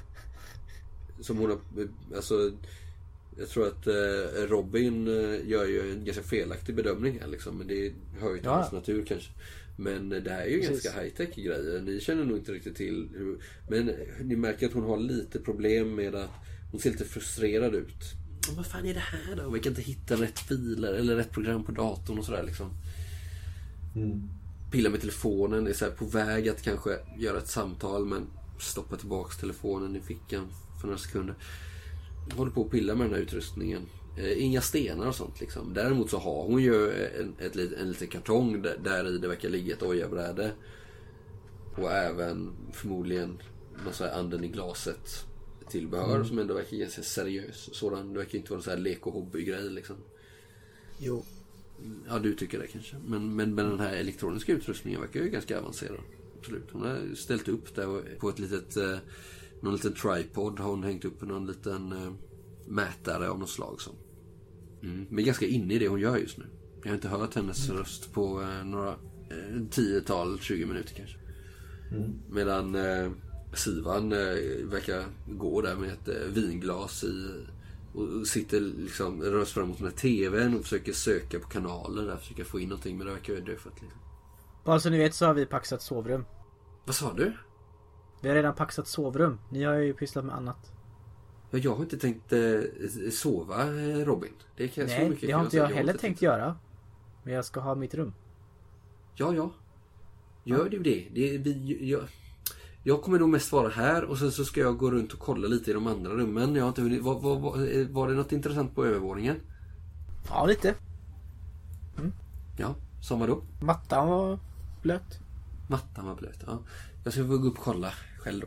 Som hon har, alltså jag tror att eh, Robin eh, gör ju en ganska felaktig bedömning här liksom, men det hör ju till ja. hans natur kanske. Men det här är ju Precis. ganska high-tech grejer. Ni känner nog inte riktigt till hur, men ni märker att hon har lite problem med att hon ser lite frustrerad ut. Vad fan är det här då? Vi kan inte hitta rätt filer eller rätt program på datorn och sådär liksom. Mm. Pilla med telefonen, är så här på väg att kanske göra ett samtal, men stoppa tillbaks telefonen i fickan för några sekunder. Håller på att pilla med den här utrustningen. Eh, inga stenar och sånt liksom. Däremot så har hon ju en, ett, en liten kartong där, där i det verkar ligga ett ojabräde. Och även förmodligen någon sån här anden i glaset tillbehör mm. som ändå verkar ganska seriös. Sådan, det verkar inte vara en sån här lek- och hobbygrej liksom. Jo. Ja, du tycker det kanske. Men, men, men den här elektroniska utrustningen verkar ju ganska avancerad. Absolut. Hon har ställt upp där på ett litet... Eh, någon liten tripod har hon hängt upp någon liten eh, mätare av något slag som. Mm. Men ganska inne i det hon gör just nu. Jag har inte hört hennes mm. röst på eh, några eh, tiotal, tjugo minuter kanske. Mm. Medan eh, Sivan eh, verkar gå där med ett eh, vinglas i och sitter liksom röst fram mot den här tvn och försöker söka på kanaler där, försöker få in någonting, men det verkar ju döfat liksom. Bara så ni vet så har vi paxat sovrum. Vad sa du? Vi har redan paxat sovrum. Ni har ju pysslat med annat. Ja, jag har inte tänkt eh, sova, Robin. Det kan Nej, så mycket det har inte jag, jag heller inte tänkt göra. Men jag ska ha mitt rum. Ja, ja. Gör ja. du det? det vi, jag, jag kommer nog mest vara här och sen så ska jag gå runt och kolla lite i de andra rummen. Jag har inte hunnit, var, var, var, var det något intressant på övervåningen? Ja, lite. Mm. Ja, som vadå? Mattan var blöt. Mattan var blöt, ja. Jag ska få gå upp och kolla själv då.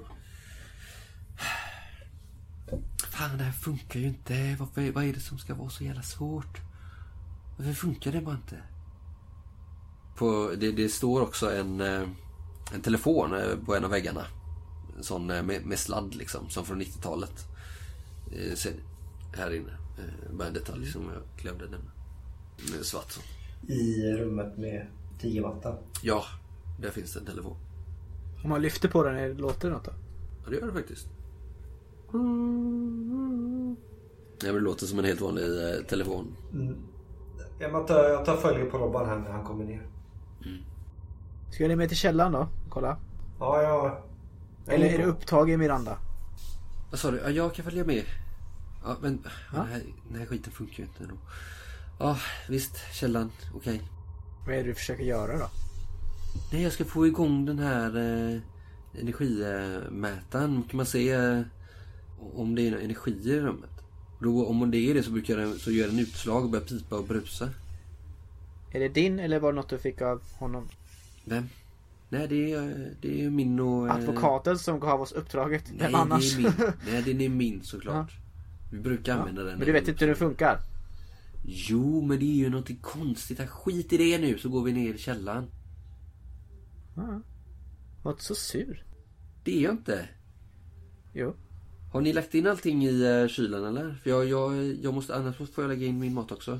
Fan, det här funkar ju inte. Varför, vad är det som ska vara så jävla svårt? Varför funkar det bara inte? På, det, det står också en, en telefon på en av väggarna. En sån med, med sladd liksom, som från nittiotalet. Sen, här inne. Bara en detalj som jag glömde nämna. Svart. I rummet med tiomatta. Ja, där finns det en telefon. Om man lyfter på den, låter det något då? Ja, det gör det faktiskt. Nej, men det låter som en helt vanlig eh, telefon. Mm. Jag tar, jag tar följe på Robban här när han kommer ner. Mm. Ska ni med till källaren då? Kolla. Ja, ja. Eller är det upptag i Miranda? Vad sa du? Ja, jag kan följa med. Ja, men Ja? den, här, den här skiten funkar ju inte ändå. Ja, visst. Källan. Okej. Okay. Vad är det du försöker göra då? Nej, jag ska få igång den här eh, energimätaren. Kan man se eh, om det är energi i rummet? Då, om det är det så brukar den, så gör den utslag och börjar pipa och brusa. Är det din eller var det något du fick av honom? Vem? Nej, det är, det är min och... Eh... Advokaten som gav oss uppdraget. Nej, Vem annars? Det är min. Nej, den är min såklart. Ja. Vi brukar använda ja. den. Men du vet inte hur den funkar? Jo, men det är ju något konstigt. Skit i det nu så går vi ner i källaren. Ja. Var inte så sur. Det är jag inte. Jo. Har ni lagt in allting i uh, kylen eller? För jag, jag, jag måste, annars får jag lägga in min mat också.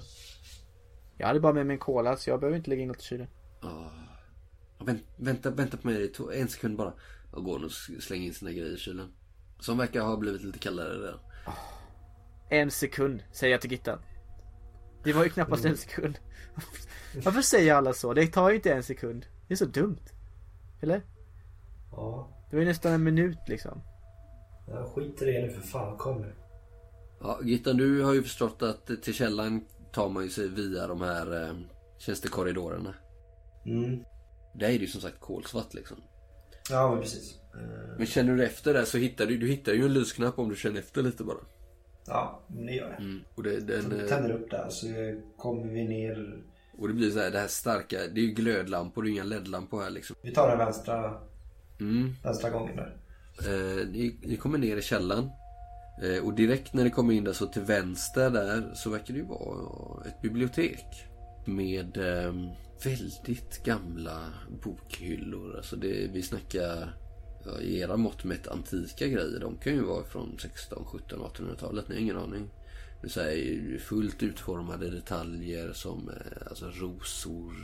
Jag hade bara med mig en cola så jag behöver inte lägga in något i kylen. Oh. Vänt, vänta, vänta på mig en sekund bara. Jag går och slänger in sina grejer i kylen. Som verkar ha blivit lite kallare där. Oh. En sekund, säger jag till Gittan. Det var ju knappast mm. en sekund. Varför säger alla så? Det tar ju inte en sekund. Det är så dumt. Eller? Ja. Det var ju nästan en minut liksom. Ja, skit i det nu för fan, kom nu. Ja, Gittan, du har ju förstått att till källan tar man ju sig via de här eh, tjänstekorridorerna. Mm. Där är det ju som sagt kolsvart liksom. Ja, men precis. Men känner du efter det så hittar du, du hittar ju en lysknapp om du känner efter lite bara. Ja, det gör jag. Mm. Och det, den, så vi tänder upp där så kommer vi ner. Och det blir så här, det här starka, det är ju glödlampor, det är inga L E D-lampor här liksom. Vi tar den vänstra, mm. vänstra gången där. Eh, ni, ni kommer ner i källan. Eh, och direkt när ni kommer in där så till vänster där så verkar det ju vara ett bibliotek. Med eh, väldigt gamla bokhyllor. Alltså det, vi snackar ja, i era mått med antika grejer. De kan ju vara från sexton, sjutton, artonhundratalet. Ni har ingen aning. Det är så här, fullt utformade detaljer som eh, alltså rosor,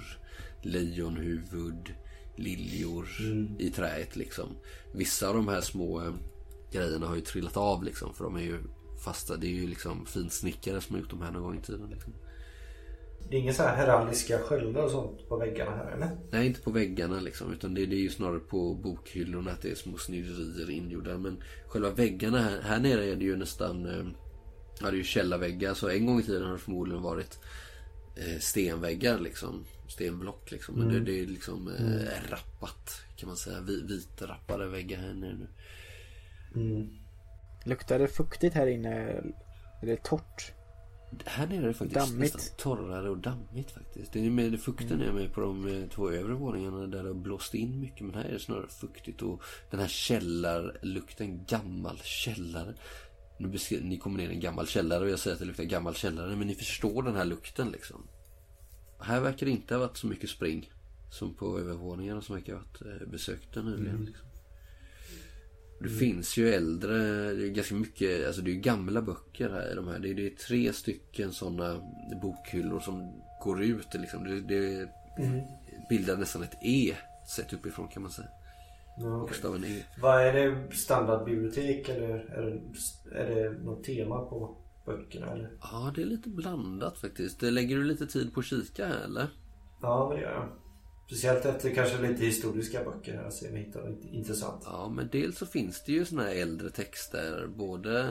lejonhuvud, liljor mm. i träet liksom. Vissa av de här små eh, grejerna har ju trillat av liksom, för de är ju fasta. Det är ju liksom finsnickare som har gjort de här någon gång i tiden liksom. Det är inga så här heraldiska sköldar och sånt på väggarna här eller? Nej, inte på väggarna liksom, utan det, det är ju snarare på bokhyllorna att det är små sniderier ingjorda. Men själva väggarna här, här nere är det ju nästan eh, ja, det är ju källarväggar. Så en gång i tiden har det förmodligen varit eh, stenväggar liksom, stenblock liksom. Men mm. det, det är liksom eh, mm. rappat kan man säga, vita rappade väggar här nere nu. Mm. Luktar det fuktigt här inne? Är det torrt? Här nere är det faktiskt dammigt. Nästan torrare och dammigt faktiskt. Det är med det fukten mm. är med på de två övre våningarna där det har blåst in mycket. Men här är det snarare fuktigt. Och den här källarlukten, gammal källare. Nu beskri- ni kommer ner i en gammal källare och jag säger att det luktar gammal källare. Men ni förstår den här lukten liksom. Här verkar det inte ha varit så mycket spring som på övervåningarna som verkar ha varit besökta nyligen mm. liksom. Det mm. finns ju äldre, det är ganska mycket, alltså det är ju gamla böcker här i de här. Det är, det är tre stycken sådana bokhyllor som går ut liksom. Det, det mm. bildar nästan ett E sett uppifrån kan man säga. Ja, okay. Bokstaven E. Vad är det, standardbibliotek eller är det, är det något tema på böckerna eller? Ja, det är lite blandat faktiskt. Lägger du lite tid på att kika här eller? Ja, men det gör jag. Speciellt efter kanske lite historiska böcker här så jag hittar det intressant. Ja, men dels så finns det ju såna här äldre texter både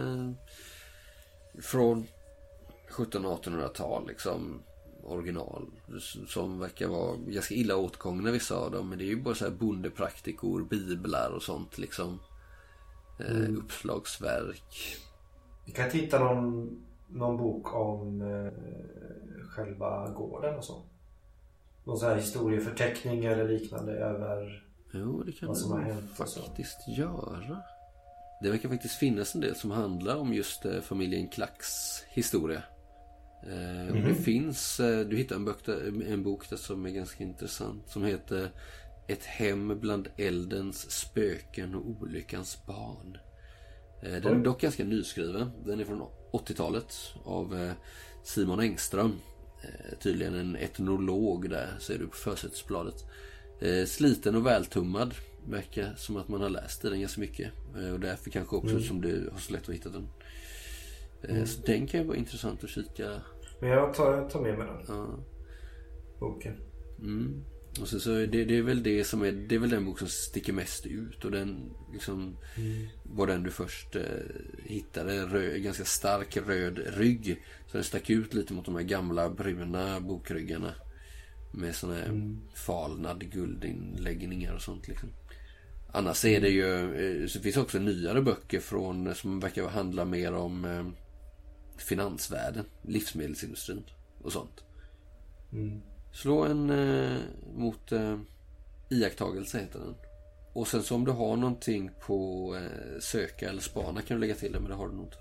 från sjuttonhundra-artonhundratal liksom original som verkar vara ganska illa åtgångna vissa av dem, men det är ju bara så här bondepraktikor, biblar och sånt liksom. Mm. Eh, uppslagsverk. Vi kan hitta någon, någon bok om eh, själva gården och så. Någon sån här historieförteckning eller liknande över jo, det kan vad som har hänt faktiskt göra. Det verkar faktiskt finnas en del som handlar om just eh, familjen Klacks historia. Eh, mm-hmm. Och det finns, eh, du hittar en bok, där, en bok där som är ganska intressant som heter Ett hem bland eldens spöken och olyckans barn. Eh, den är dock ganska nyskriven. Den är från åttiotalet av eh, Simon Engström. Eh, tydligen en etnolog där, ser du på försättsbladet. Eh, sliten och vältummad. Verkar som att man har läst den ganska mycket. Eh, och därför kanske också mm. som du har så lätt att hitta den. Eh, mm. Så den kan ju vara intressant att kika. Men jag tar, tar med mig den. Ja. Boken. Mm. Och så, så det, det är väl det som är, det är väl den bok som sticker mest ut. Och den liksom mm. var den du först eh, hittade. En röd, ganska stark röd rygg. Så den stack ut lite mot de här gamla bruna bokryggarna. Med såna här mm. falnad guldinläggningar och sånt liksom. Annars är det ju, så finns det också nyare böcker från, som verkar handla mer om eh, finansvärlden, livsmedelsindustrin och sånt. Mm. Slå en eh, mot eh, iakttagelse heter den. Och sen så om du har någonting på eh, söka eller spana kan du lägga till det, men det har du nog inte.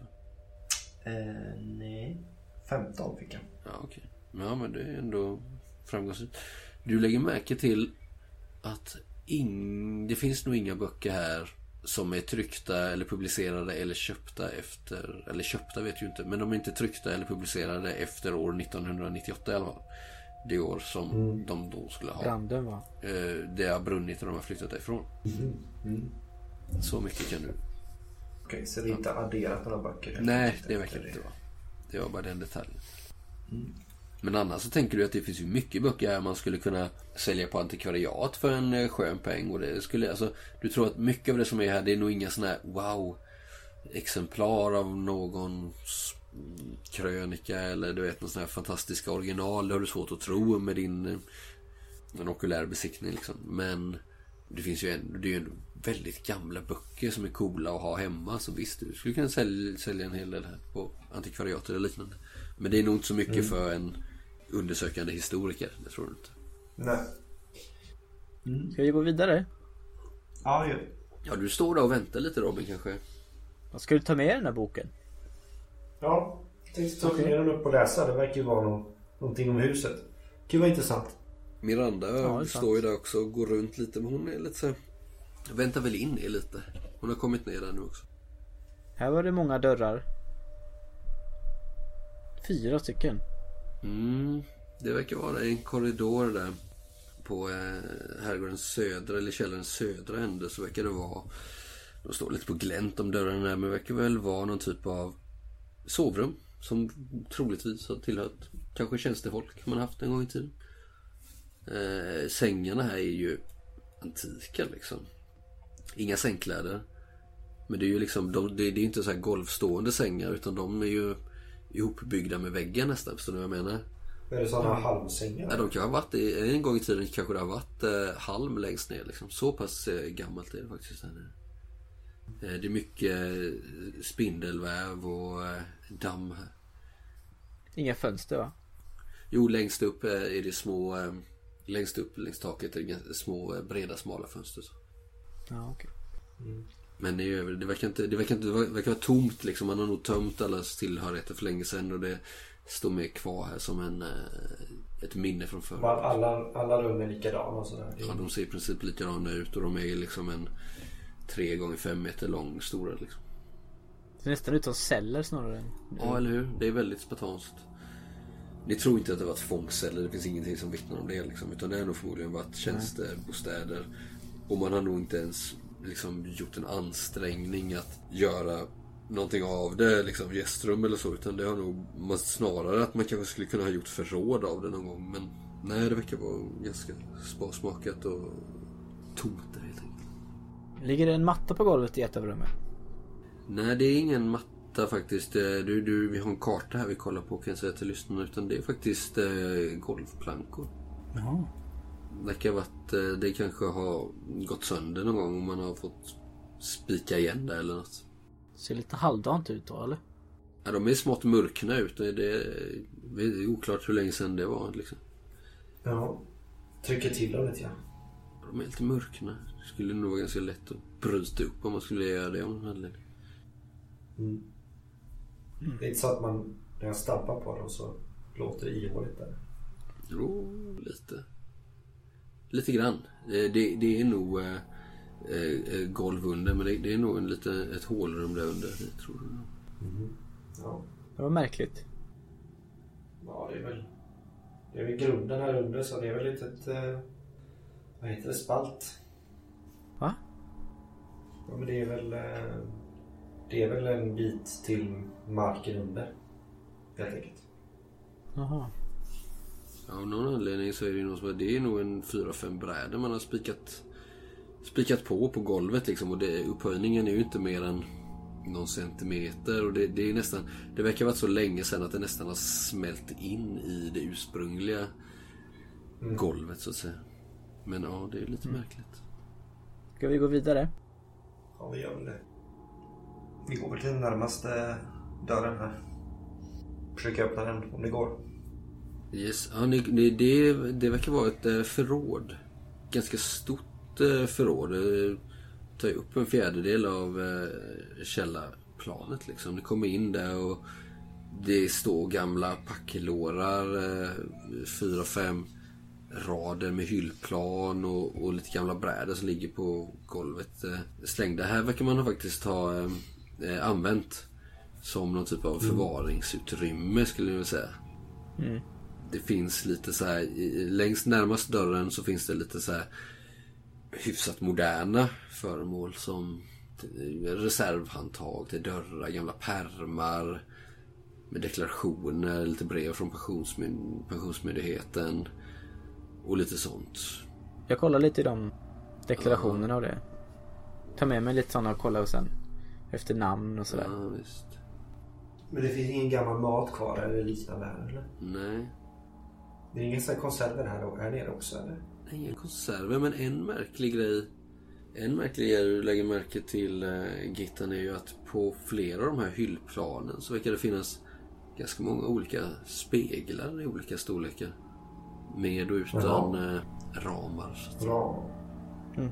Eh, nej. femton fick jag. Ja, okej. Okay. Ja, men det är ändå framgångsrikt. Du lägger märke till att in... det finns nog inga böcker här som är tryckta eller publicerade eller köpta efter, eller köpta vet jag inte, men de är inte tryckta eller publicerade efter år nittonhundranittioåtta i alla fall. Det år som mm. de då skulle ha. Branden va? Det har brunnit och de har flyttat därifrån. Mm. Mm. Så mycket kan du. Okej, okay, så det är inte adderat några böcker? Nej, det verkar det inte vara. Det var bara den detaljen. Mm. Men annars så tänker du att det finns ju mycket böcker här man skulle kunna sälja på antikvariat för en skön peng. Och det skulle, alltså, du tror att mycket av det som är här, det är nog inga sådana här wow exemplar av någon krönika eller du vet någon sån här fantastiska original. Det har du svårt att tro med din en okulär besiktning liksom. Men det finns ju en, det är ju väldigt gamla böcker som är coola att ha hemma. Så visst, du skulle kunna sälja, sälja en hel del här på antikvariat eller liknande. Men det är nog inte så mycket mm. för en undersökande historiker, det tror du inte. Nej. Mm. Ska vi gå vidare? Ja, ju. Ja, du står där och väntar lite, Robin, kanske. Vad ska du ta med den här boken? Ja, jag tänkte ta med den upp och läsa. Det verkar ju vara någon, någonting om huset. Det kan vara intressant. Miranda ja, står ju där också och går runt lite, men hon är lite så... väntar väl in det lite. Hon har kommit ner där nu också. Här var det många dörrar. Fyra stycken. Mm, det verkar vara en korridor där på eh, herrgårdens södra eller källarens södra ände, så verkar det vara, de står lite på glänt om dörren där, men det verkar väl vara någon typ av sovrum som troligtvis har tillhört kanske tjänstefolk man haft en gång i tiden. Eh, sängarna här är ju antika liksom. Inga sängkläder. Men det är ju liksom, de, det, det är inte så här golvstående sängar, utan de är ju ihopbyggda med väggen nästan, förstår du vad jag menar? Är det sådana halmsängar? Ja, de kan ha varit, en gång i tiden kanske det har varit eh, halm längst ner liksom. Så pass eh, gammalt är det faktiskt här nu. Eh, det är mycket eh, spindelväv och eh, damm här. Inga fönster va? Jo, längst upp eh, är det små eh, längst upp längs taket är det små eh, breda smala fönster så. Ja, okej. Okay. Mm. Men det, är, det verkar inte, det verkar inte, det verkar vara tomt liksom. Man har nog tömt allas tillhörigheter för länge sedan, och det står med kvar här som en, ett minne från förr. Alla, alla rum är likadana och sådär. Ja, de ser i princip likadana ut, och de är liksom en tre gånger fem meter lång stora liksom. Det ser nästan ut som celler snarare. Ja, eller hur? Det är väldigt spartanskt. Ni tror inte att det var ett fångceller, det finns ingenting som vittnar om det liksom, utan det har nog förmodligen varit tjänstebostäder. Och man har nog inte ens liksom gjort en ansträngning att göra någonting av det, liksom gästrum eller så, utan det har nog man snarare att man kanske skulle kunna ha gjort förråd av det någon gång, men nej, det verkar vara ganska sparsmakat och tomt där helt enkelt. Ligger det en matta på golvet i ett av rummen? Nej, det är ingen matta faktiskt. Du, du, vi har en karta här vi kollar på, kan jag säga till lyssnarna, utan det är faktiskt eh, golvplankor. Jaha. Det kan vara att det kanske har gått sönder någon gång och man har fått spika igen det eller något. Ser lite halvdant ut då, eller? Ja, de är smått mörkna ut. Det är, det är oklart hur länge sedan det var liksom. Ja, trycker till dem lite, ja. De är lite mörkna. Det skulle nog vara ganska lätt att bryta upp om man skulle göra det om man hade. Mm. Mm. Det är inte så att man, när jag stampar på dem så låter det ihåligt där. Jo, lite. Lite grann. Det, det, det är nog äh, äh, golv under, men det, det är nog en lite, ett hålrum där under, det tror jag. Mm. Ja. Det var märkligt. Ja, det är väl Det är väl grunden här under, så det är väl lite ett... Eh, vad heter det? Spalt. Va? Ja, men det är väl... Eh, det är väl en bit till marken under. Helt enkelt. Jaha. Ja, av någon anledning så är det nog som att det är nog en fyra fem brädor man har spikat spikat på på golvet liksom, och det, upphöjningen är ju inte mer än någon centimeter, och det, det är nästan, det verkar ha varit så länge sedan att det nästan har smält in i det ursprungliga mm. golvet så att säga. Men ja, det är lite mm. märkligt. Ska vi gå vidare? Ja, vi gör väl det. Vi går väl till den närmaste dörren här. Försöker öppna den om det går. Yes, ja, det, det, det verkar vara ett förråd. Ganska stort förråd. Det tar upp en fjärdedel av källarplanet liksom. Det kommer in där och det står gamla packlårar, fyra, fem rader med hyllplan och, och lite gamla brädor som ligger på golvet slängda. Här verkar man faktiskt ha eh, använt som någon typ av förvaringsutrymme skulle jag säga. Mm. Det finns lite så här, längst närmast dörren så finns det lite så här hyfsat moderna föremål som reservhandtag till dörrar, gamla pärmar med deklarationer, lite brev från pensionsmyn- pensionsmyndigheten och lite sånt. Jag kollar lite i de deklarationerna och det. Ta med mig lite sådana och kolla och sen efter namn och sådär. Ja, visst. Men det finns ingen gammal mat kvar eller liknande här, eller? Nej. Det är ingen sån konserver här, här nere också, eller? Nej, inga konserver, men en märklig grej. En märklig grej du lägger märke till, äh, Gittan, är ju att på flera av de här hyllplanen så verkar det finnas ganska många olika speglar i olika storlekar. Med och utan äh, ramar. Bra. Mm.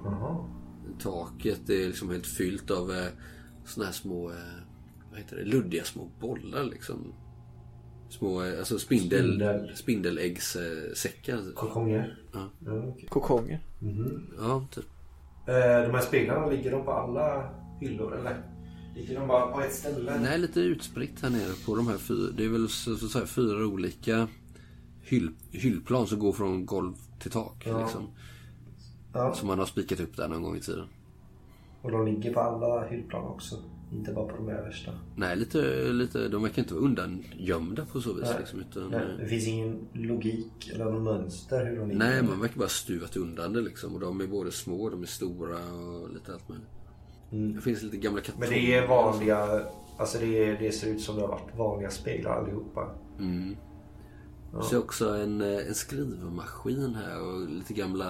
Taket är liksom helt fyllt av äh, såna här små... Äh, vad heter det? Luddiga små bollar liksom. Små, alltså spindel, Spindel. spindeläggssäckar. Kokonger. Ja. Ja, okay. Kokonger. Mm-hmm. Ja, typ. Eh, de här speglarna, ligger de på alla hyllor eller? Ligger de bara på ett ställe? Nej, lite utspritt här nere på de här fyra. Det är väl så, så att säga fyra olika hyll, hyllplan som går från golv till tak. Ja. Liksom. Ja. Som man har spikat upp där någon gång i tiden. Och de ligger på alla hyllplan också? Inte bara på de översta? Nej, lite, lite, de verkar inte vara undangömda på så vis. Nej. Liksom, utan, Nej, det finns ingen logik eller någon mönster hur de ligger. Nej, man verkar bara stuvat undan det liksom. Och de är både små, de är stora och lite allt möjligt. Mm. Det finns lite gamla kartonger. Men det är vanliga, alltså det, är, det ser ut som det har varit vanliga speglar allihopa. Mm. Ja. Så också en, en skrivmaskin här och lite gamla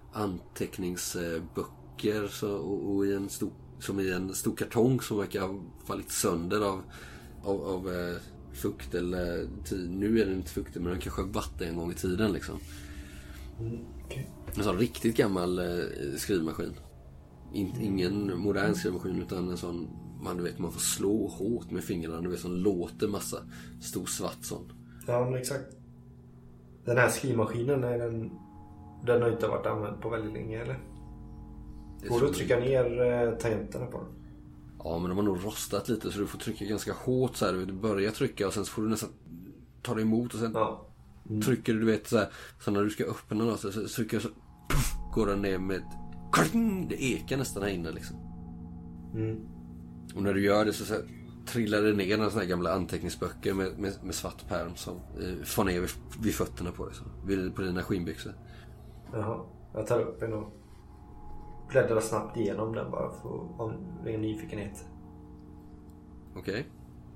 anteckningsböcker så, och, och i en stor, som i en stor kartong som verkar ha fallit sönder av, av, av eh, fukt eller tid. Nu är den inte fuktig, men den kanske har varit en gång i tiden liksom. Mm. Okay. En sån riktigt gammal eh, skrivmaskin. In, ingen modern skrivmaskin utan en sån man, du vet, man får slå hårt med fingrarna, du vet, som låter massa stor svart sån. Ja, men exakt. Den här skrivmaskinen är den, den har inte varit använd på väldigt länge, eller? Får du trycka ner eh, tangenterna på den? Ja, men de har nog rostat lite så du får trycka ganska hårt så här. Du börjar trycka och sen så får du nästan ta det emot och sen ja. mm. trycker du, du vet så här. Så när du ska öppna något så, så trycker så puff, går den ner med kling, det ekar nästan här inne liksom. Mm. Och när du gör det så, så här, trillar det ner några såna här gamla anteckningsböcker med, med, med svart pärm som eh, får ner vid, vid fötterna på dig så, vid, på dina skinnbyxor. Jaha, jag tar upp en och bläddrar snabbt igenom den bara för av ren nyfikenhet. Okej.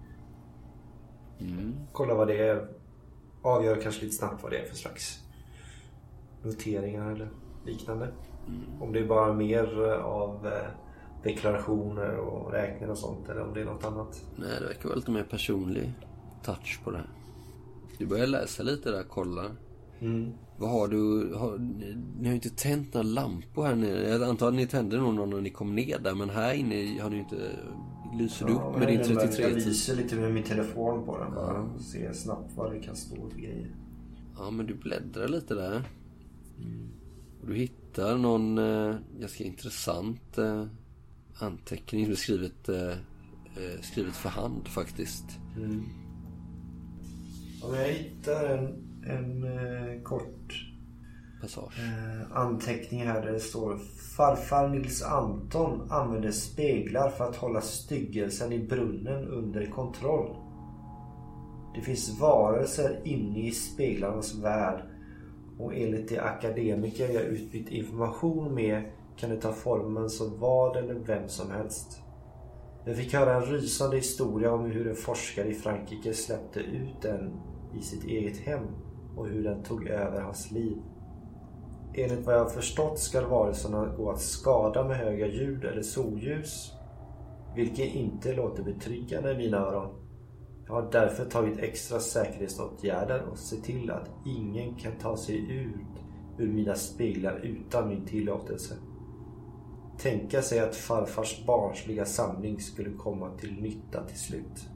Okay. Mm. Kolla vad det är. Avgör kanske lite snabbt vad det är för slags noteringar eller liknande. Mm. Om det är bara mer av deklarationer och räkningar och sånt, eller om det är något annat. Nej, det verkar vara lite mer personlig touch på det här. Du börjar läsa lite där, kolla. Mm. Vad har du? Har, ni har ju inte tänt några lampor här nere. Jag antar att ni tände någon när ni kom ner där. Men här inne har ni inte... Lyser du ja, upp med din trettiotre? Jag lyser lite med min telefon på den bara. Ja. Se snabbt vad det kan stå för grejer. Ja, men du bläddrar lite där. Mm. Och du hittar någon eh, ganska intressant eh, anteckning som är skrivet, eh, eh, skrivet för hand faktiskt. Mm. Ja, men jag hittar en en eh, kort passage. Eh, anteckning här där det står: farfar Nils Anton använde speglar för att hålla styggelsen i brunnen under kontroll. Det finns varelser inne i speglarnas värld, och enligt de akademiker jag utbytt information med kan det ta formen som vad eller vem som helst. Jag fick höra en rysande historia om hur en forskare i Frankrike släppte ut den i sitt eget hem och hur den tog över hans liv. Enligt vad jag har förstått ska varelserna gå att skada med höga ljud eller solljus, vilket inte låter betryggande i mina öron. Jag har därför tagit extra säkerhetsåtgärder och se till att ingen kan ta sig ut ur mina speglar utan min tillåtelse. Tänka sig att farfars barnsliga samling skulle komma till nytta till slut.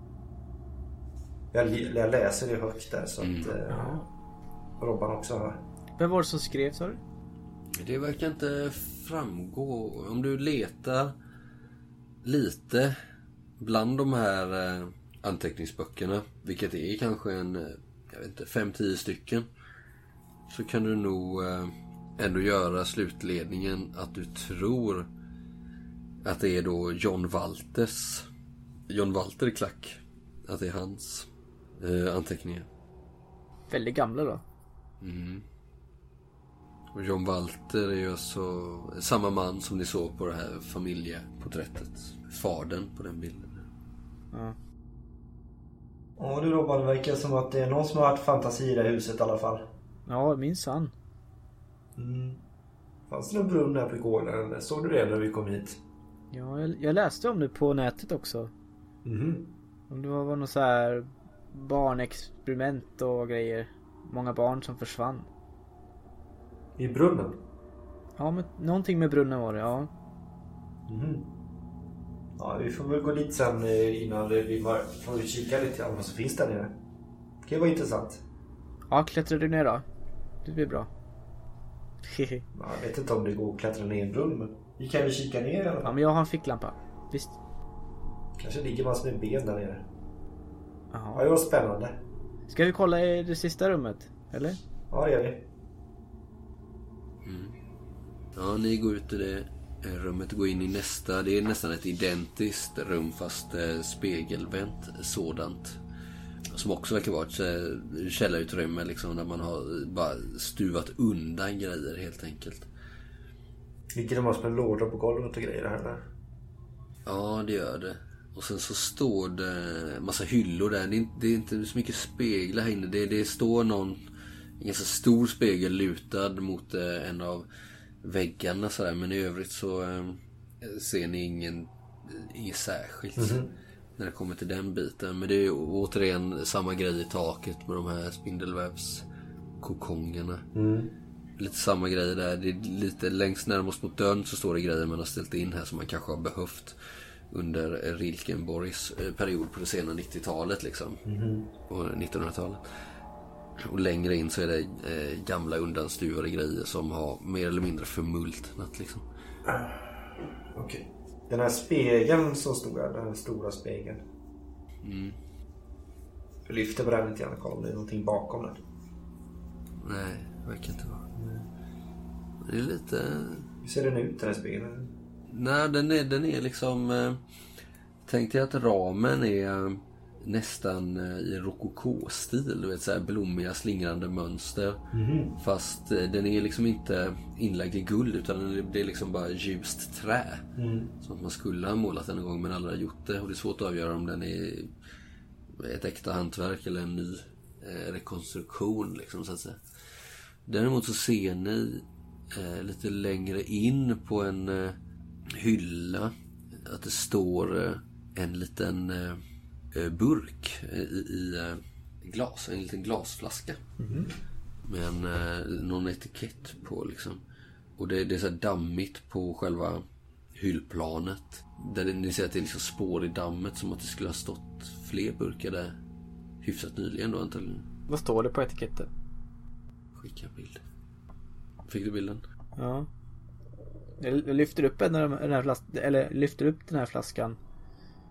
Jag, jag läser det högt där så att mm. eh, Robban också hör. Vem var det som skrev, sa du? Det verkar inte framgå. Om du letar lite bland de här eh, anteckningsböckerna, vilket är kanske en, jag vet inte, fem tio stycken, så kan du nog eh, ändå göra slutledningen att du tror att det är då John Walters John Walter Klack, att det är hans eh, anteckningar. Väldigt gamla då. Mm. Och John Walter är ju så samma man som ni såg på det här familjeporträttet. Fadern på den bilden. Ja. Ja du Robban, det verkar som att det är någon som har varit fantasi i det huset i alla fall. Ja, minsann. Mm. Fanns det någon brunn där på gården? Såg du det när vi kom hit? Ja, jag, jag läste om det på nätet också. Mhm. Om det var, var något så här barnexperiment och grejer. Många barn som försvann. I brunnen? Ja, men någonting med brunnen var det, ja. Mhm. Ja, vi får väl gå dit sen innan vi bara får kika lite grann vad som finns där nere. Det kan vara intressant. Ja, klättrar du ner då? Det blir bra. Ja, jag vet inte om det går att klättra ner i en brunn, men vi kan väl kika ner i alla fall. Ja, men jag har en ficklampa. Visst. Kanske ligger massor med ben där nere. Jaha. Ja, det var spännande. Ska vi kolla i det sista rummet? Eller? Ja, det gör vi. Mm. Ja, ni går ut i det rummet och går in i nästa. Det är nästan ett identiskt rum fast eh, spegelvänt sådant. Som också verkar vara ett eh, källarutrymme liksom, där man har bara stuvat undan grejer helt enkelt. Ligger det massor med lådor på golvet och grejer här eller? Ja, det gör det. Och sen så står det massa hyllor där. Det är inte, det är inte så mycket speglar här inne. Det, det står någon en ganska stor spegel lutad mot eh, en av väggarna sådär. Men i övrigt så eh, ser ni ingen, inget särskilt mm-hmm. när det kommer till den biten. Men det är återigen samma grej i taket med de här spindelvävskokongerna. Mm. Lite samma grej där. Det är lite längst närmast mot dörren så står det grejer man har ställt in här som man kanske har behövt under Rilkenborgs period på det sena nittiotalet liksom. Mm-hmm. Och nittonhundratalet. Och längre in så är det eh, gamla undanstuvade grejer som har mer eller mindre förmultnat liksom. Okej. Okay. Den här spegeln som stod där, den här stora spegeln. Mm. Jag lyfter på den lite grann och kollar om det är någonting bakom den. Nej, det verkar inte vara. Mm. Det är lite... Hur ser den ut den här spegeln? Nej, den är, den är liksom... Eh, tänk dig att ramen är nästan eh, i rokokostil. Du vet, så här blommiga, slingrande mönster. Mm. Fast eh, den är liksom inte inlagd i guld utan den är, det är liksom bara ljust trä. Mm. Som att man skulle ha målat den en gång men aldrig har gjort det. Och det är svårt att avgöra om den är ett äkta hantverk eller en ny eh, rekonstruktion liksom, så att säga. Däremot så ser ni eh, lite längre in på en eh, hylla att det står eh, en liten eh, burk i, i eh, glas, en liten glasflaska. Mm-hmm. Med en, eh, någon etikett på liksom. Och det, det är så här dammigt på själva hyllplanet. Där det, ni ser att det är liksom spår i dammet som att det skulle ha stått fler burkar där hyfsat nyligen då antagligen. Vad står det på etiketten? Skicka bild. Fick du bilden? Ja. Jag lyfter upp den här, den här flaskan, eller lyfter upp den här flaskan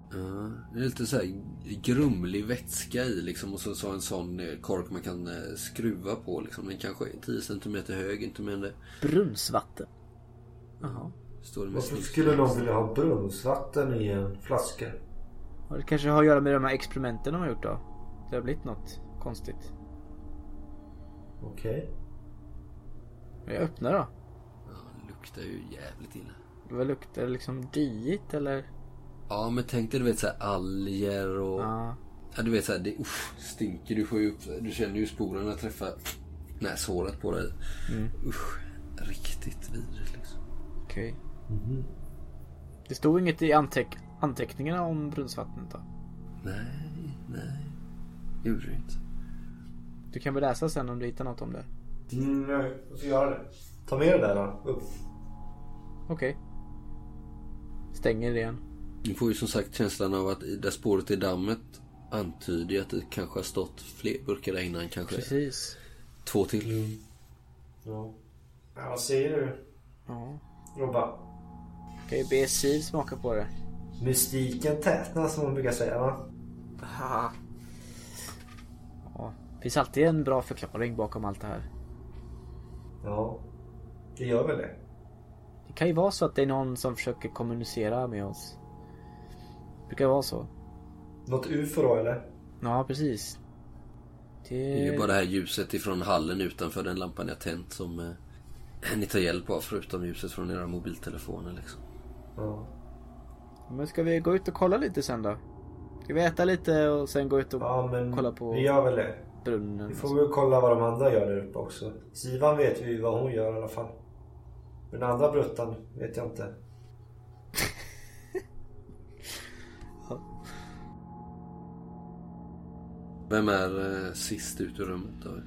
Ja, det är lite så här grumlig vätska i liksom. Och så, så en sån kork man kan skruva på liksom. Den kanske är tio centimeter hög, inte mer än det. Brunnsvatten. Jaha. Står det med Varför skulle någon vilja ha brunnsvatten i en flaska? Ja, det kanske har att göra med de här experimenten de har gjort då. Det har blivit något konstigt. Okej. Jag öppnar då. Ja, det luktar ju jävligt illa. Vad luktar det, liksom diet eller? Ja, men tänk dig, du vet, så här alger och... Ja. Ja, du vet så här, det usch, stinker. Du får ju upp, du känner ju sporerna träffa näshåret på dig. Mm. Usch, riktigt vidrigt liksom. Okej. Okay. Mm-hmm. Det stod inget i anteck- anteckningarna om brunnsvattnet då? Nej, nej. Gjorde det inte. Du kan väl läsa sen om du hittar något om det. Mm, jag ska göra det. Ta med det där då. Upp. Okej. Okay. Stänger det igen. Ni får ju som sagt känslan av att i det spåret i dammet antyder att det kanske har stått fler burkar där innan. Kanske precis. Två till. Mm. Ja. Ja, vad säger du? Ja. Robba. Kan ju be Siv smaka på det. Mystiken tätnar som man brukar säga, va? Aha. Ja. Finns alltid en bra förklaring bakom allt det här. Ja. Det gör väl det. Det kan ju vara så att det är någon som försöker kommunicera med oss. Det brukar vara så. Något U F O då, eller? Ja, precis. Det... det är ju bara det här ljuset ifrån hallen utanför den lampan jag tänt som eh, ni tar hjälp av, förutom ljuset från era mobiltelefoner liksom. Ja. Men ska vi gå ut och kolla lite sen då? Ska vi äta lite och sen gå ut och ja, men kolla på vi gör väl det. brunnen? Vi får väl kolla vad de andra gör där uppe också. Sivan vet vi vad hon gör i alla fall. Men den andra bruttan vet jag inte. Ja. Vem är eh, sist ut ur rummet då?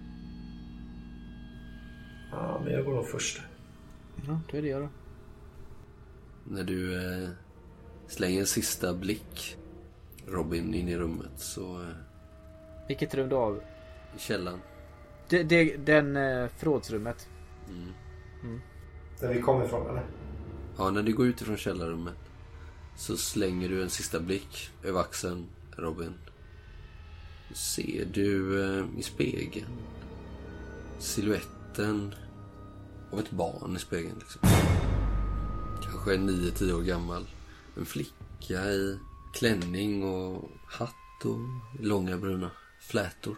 Ja, men jag går nog först. Ja, det är det jag då. När du eh, slänger en sista blick, Robin, in i rummet så... Eh, Vilket rum då? I källaren. Det, det, den eh, förrådsrummet. Mm. Mm. Där vi kommer ifrån, eller? Ja, när du går ut ifrån källarrummet så slänger du en sista blick över axeln, Robin. Ser du eh, i spegeln siluetten av ett barn i spegeln liksom. Kanske nio tio år gammal. En flicka i klänning och hatt och långa bruna flätor.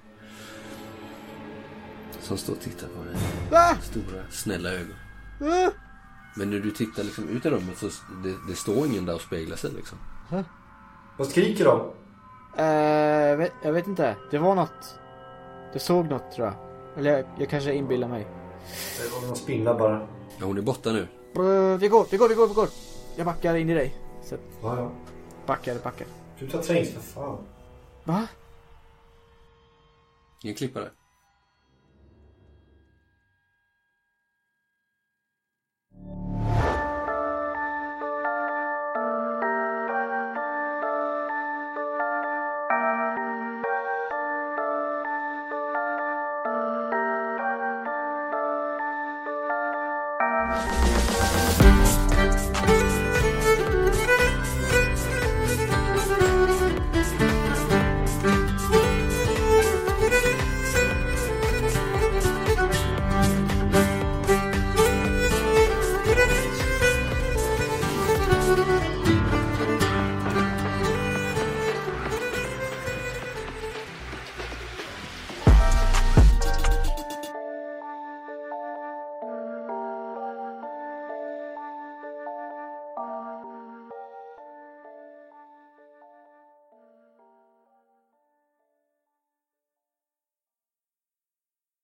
Som står och tittar på dig. Ah! Stora, snälla ögon. Ah! Men när du tittar liksom ut i rummet så det, det står ingen där och speglar sig liksom. Huh? Vad skriker de? Uh, jag, vet, jag vet inte. Det var något. Du såg något tror jag. Eller jag, jag kanske inbillar mig. Det var någon spindlar bara. Ja, hon är borta nu. Uh, vi går, vi går, vi går, vi går. Jag backar in i dig. Så Ja, ja. backar, backar. Du tar trängs för fan. Va? Ingen klippare.